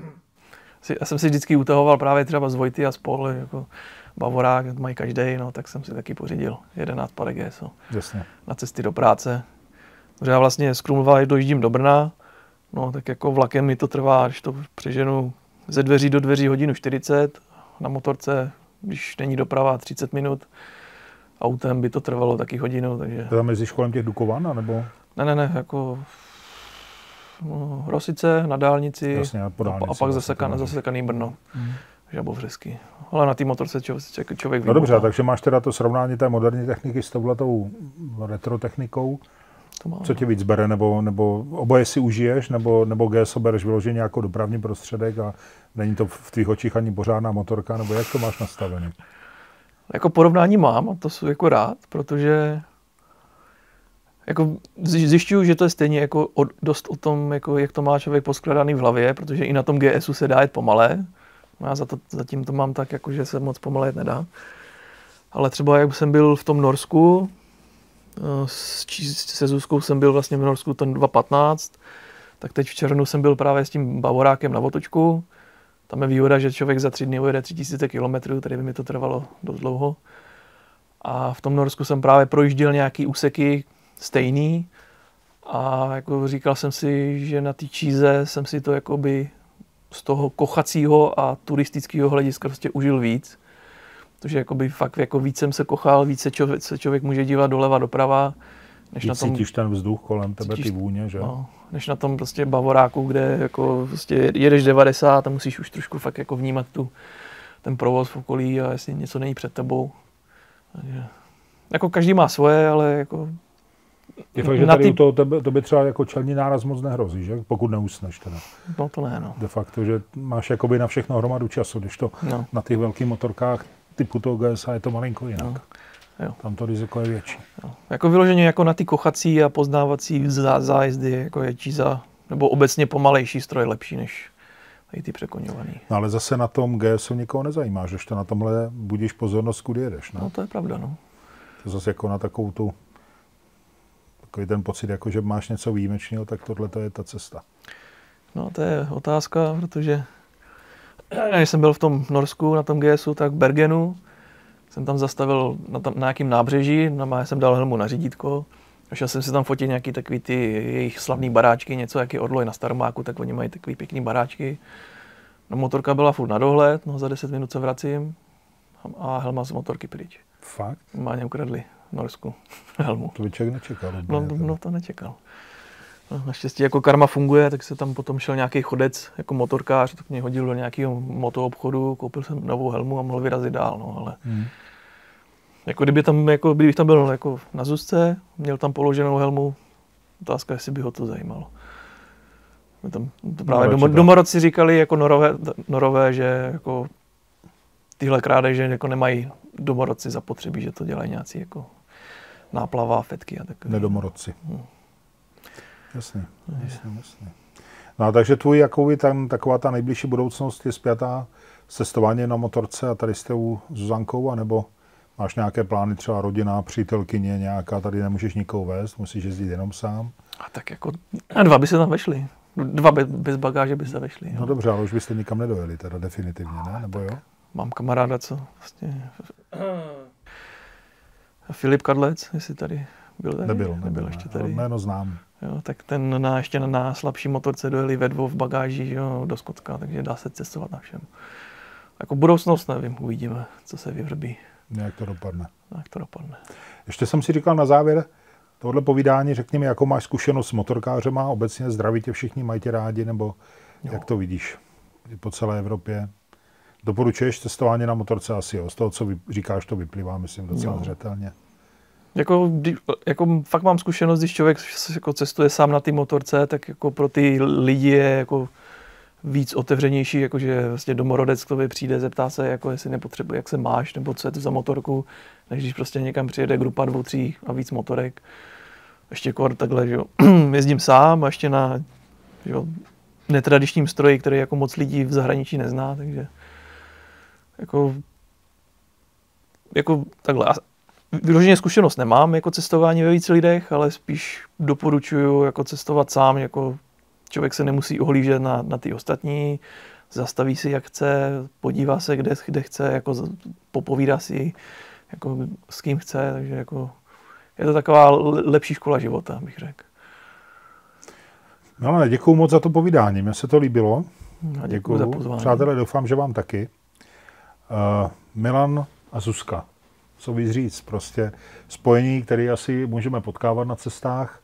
Já jsem si vždycky utahoval právě třeba z Vojty a spol, jako Bavorák, mají každej, no, tak jsem si taky pořídil jedenáct Pade G S O. Jasně. Na cesty do práce. Protože já vlastně z Krumlova dojíždím do Brna, no tak jako vlakem mi to trvá, když to přeženu ze dveří do dveří hodinu čtyřicet, na motorce, když není doprava, třicet minut, autem by to trvalo taky hodinu, takže... To tam jezdíš kolem těch Dukovan, nebo? Ne, ne, ne, jako no, Rosice na dálnici. Jasně, a, dálnici, a pak zasekaný, zasekaný Brno. Mm. Žabovřesky. Ale na té motorce člověk, člověk No dobře, takže máš teda to srovnání té moderní techniky s touhletou retro technikou. To mám, Co tě víc bere, nebo, nebo oboje si užiješ, nebo, nebo G S O bereš vyloženě jako dopravní prostředek a není to v tvých očích ani pořádná motorka, nebo jak to máš nastavený? Jako porovnání mám a to jsou jako rád, protože jako zjišťuju, že to je stejně jako o, dost o tom, jako jak to má člověk poskladaný v hlavě, protože i na tom G S U se dá jet pomalé. No já za to, zatím to mám tak, jako, že se moc pomalé jet nedá. Ale třeba jak jsem byl v tom Norsku, se Zuzkou jsem byl vlastně v Norsku ten dva patnáct, tak teď v červnu jsem byl právě s tím Bavorákem na otočku. Tam je výhoda, že člověk za tři dny ujede tři tisíce kilometrů, tady by mi to trvalo dost dlouho. A v tom Norsku jsem právě projížděl nějaký úseky stejný a jako říkal jsem si, že na té číze jsem si to jakoby z toho kochacího a turistického hlediska prostě užil víc. Protože jakoby fakt jako víc jsem se kochal, víc se člověk, se člověk může dívat doleva, doprava. Než víc na tom, cítíš ten vzduch kolem tebe, cítíš, ty vůně, že? No, než na tom prostě Bavoráku, kde jako prostě jedeš devadesát a musíš už trošku fakt jako vnímat tu, ten provoz v okolí a jestli něco není před tebou. Takže, jako každý má svoje, ale jako... Je fakt, že tady ty... u toho tebe, tebe třeba jako čelní náraz moc nehrozí, že? Pokud neusneš teda. No to ne, no. De facto, že máš jakoby na všechno hromadu času, když to no. Na těch velkých motorkách typu toho G S A je to malinko jinak. No. Jo. Tam to riziko je větší. Jo. Jako vyloženě jako na ty kochací a poznávací zá, zájezdy, jako je číza, nebo obecně pomalejší stroj lepší než i ty překoňovaný. No ale zase na tom G S O nikoho nezajímá, že to na tomhle budíš pozornost, kudy jedeš, ne? No to je pravda, no. To zase jako na takovou tu, takový ten pocit, jako že máš něco výjimečného, tak tohle to je ta cesta. No to je otázka, protože když jsem byl v tom Norsku, na tom G S U, tak v Bergenu, jsem tam zastavil na, tam, na nějakým nábřeží, na jsem dal helmu na řídítko. Šel jsem si tam fotit nějaký takový ty jejich slavný baráčky, něco jak je Orloj na Staromáku, tak oni mají takový pěkný baráčky. No motorka byla furt na dohled, no za deset minut se vracím a helma z motorky pryč. Fakt? Má mě ukradli v Norsku helmu. To by člověk nečekal. No, no to nečekal. No, naštěstí jako karma funguje, tak se tam potom šel nějaký chodec jako motorkář, tak mě hodil do nějakého motoobchodu, koupil jsem novou helmu a mohl vyrazit dál, no, ale hmm. jako kdyby tam, jako kdybych tam byl jako na Zuzce, měl tam položenou helmu, otázka, jestli by ho to zajímalo. Tam, to právě no, domorodci říkali jako norové, norové, že jako tyhle krádeže jako nemají domorodci zapotřebí, že to dělají nějací jako náplava, fetky a takové. Nedomorodci. Hmm. Jasně, jasně, jasně. No a takže tvůj jakoby tam taková ta nejbližší budoucnost je spjatá s cestováním na motorce a tady jste u Zuzankou, anebo máš nějaké plány, třeba rodina, přítelkyně nějaká, tady nemůžeš nikoho vést, musíš jezdit jenom sám? A tak jako a dva by se tam vešli. Dva bez, bez bagáže by se vešli. Jo. No dobře, ale už byste nikam nedojeli, teda definitivně, ne? Nebo jo? Mám kamaráda, co vlastně... Filip Kadlec, jestli tady byl tady? Nebyl, nebyl, nebyl ne. ještě tady. Jméno znám. Jo, tak ten na, ještě na, na slabší motorce dojeli ve dvou v bagáži, jo, do Skotka, takže dá se cestovat na všem. Jako budoucnost nevím, uvidíme, co se vyvrbí. Jak to dopadne. Jak to dopadne. Ještě jsem si říkal na závěr tohle povídání, řekni mi, jakou máš zkušenost s motorkářema, obecně zdraví tě všichni, mají tě rádi, nebo jo. Jak to vidíš po celé Evropě? Doporučuješ cestování na motorce asi, jo? Z toho, co vy, říkáš, to vyplývá, myslím, docela jo. zřetelně. Jako, jako fakt mám zkušenost, když člověk jako cestuje sám na té motorce, tak jako pro ty lidi je jako víc otevřenější, jakože vlastně domorodec k tobě přijde, zeptá se, jako jestli nepotřebuje, jak se máš, nebo co je to za motorku, než když prostě někam přijede grupa dvou, tří a víc motorek. Ještě kor takhle, že jo, jezdím sám a ještě na že jo, netradičním stroji, který jako moc lidí v zahraničí nezná, takže jako, jako takhle. Vyloženě zkušenost nemám jako cestování ve více lidech, ale spíš doporučuju jako cestovat sám, jako člověk se nemusí ohlížet na, na ty ostatní, zastaví si jak chce, podívá se kde, kde chce, jako popovídá si jako s kým chce, takže jako je to taková lepší škola života, bych řekl. No ale děkuju moc za to povídání, mně se to líbilo. A děkuju za pozvání. Přátelé, doufám, že vám taky. Uh, Milan a Zuzka. Co víc říct, prostě spojení, které asi můžeme potkávat na cestách.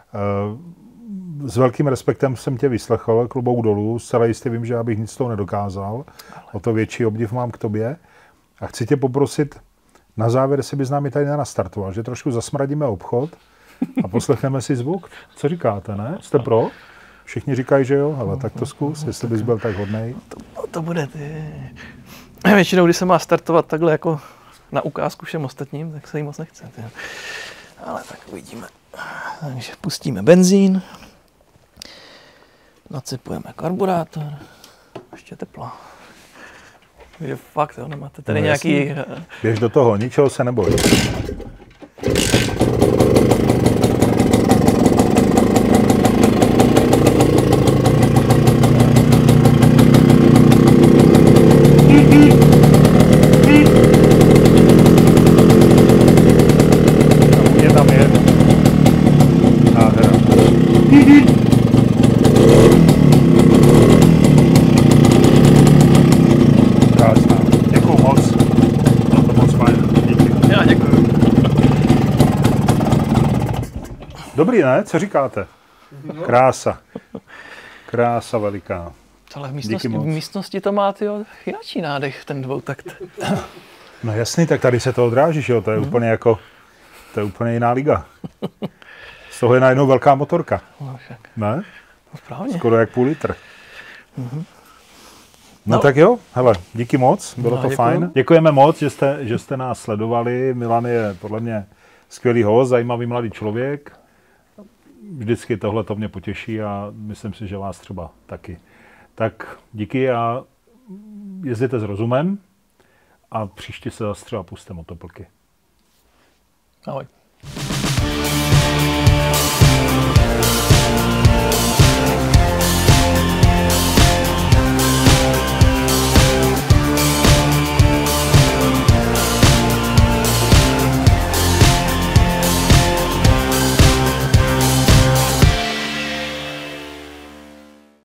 S velkým respektem jsem tě vyslechl, klobouk dolů, zcela jistě vím, že já bych nic z toho nedokázal. O to větší obdiv mám k tobě. A chci tě poprosit na závěr, jestli bys námi tady nenastartoval, že trošku zasmradíme obchod a poslechneme si zvuk. Co říkáte, ne? Jste pro? Všichni říkají, že jo? Ale tak to zkus, jestli bys byl tak hodnej. To, to bude ty. Většinou, když se má startovat takhle jako na ukázku všem ostatním, tak se jí moc nechce. Tě. Ale tak uvidíme. Takže pustíme benzín, nacepujeme karburátor, ještě teplo. Takže fakt, jo, nemáte tady no, nějaký... Jasný. Běž do toho, ničeho se neboj. Dobrý, ne? Co říkáte? Krása. Krása veliká. Ale v místnosti, v místnosti to má tyjo, jináčí nádech, ten dvoutakt. No jasný, tak tady se to odráží, že jo? To je mm. úplně jako, to je úplně jiná liga. Z toho je najednou velká motorka. No však. Ne? No správně. Skoro jak půl litr. Mm-hmm. No, no tak jo, hele, díky moc, bylo no, to děkuju. Fajn. Děkujeme moc, že jste, že jste nás sledovali. Milan je podle mě skvělý host, zajímavý mladý člověk. Vždycky tohle to mě potěší a myslím si, že vás třeba taky. Tak díky a jezděte s rozumem a příště se zase třeba puste motoplky. Ahoj.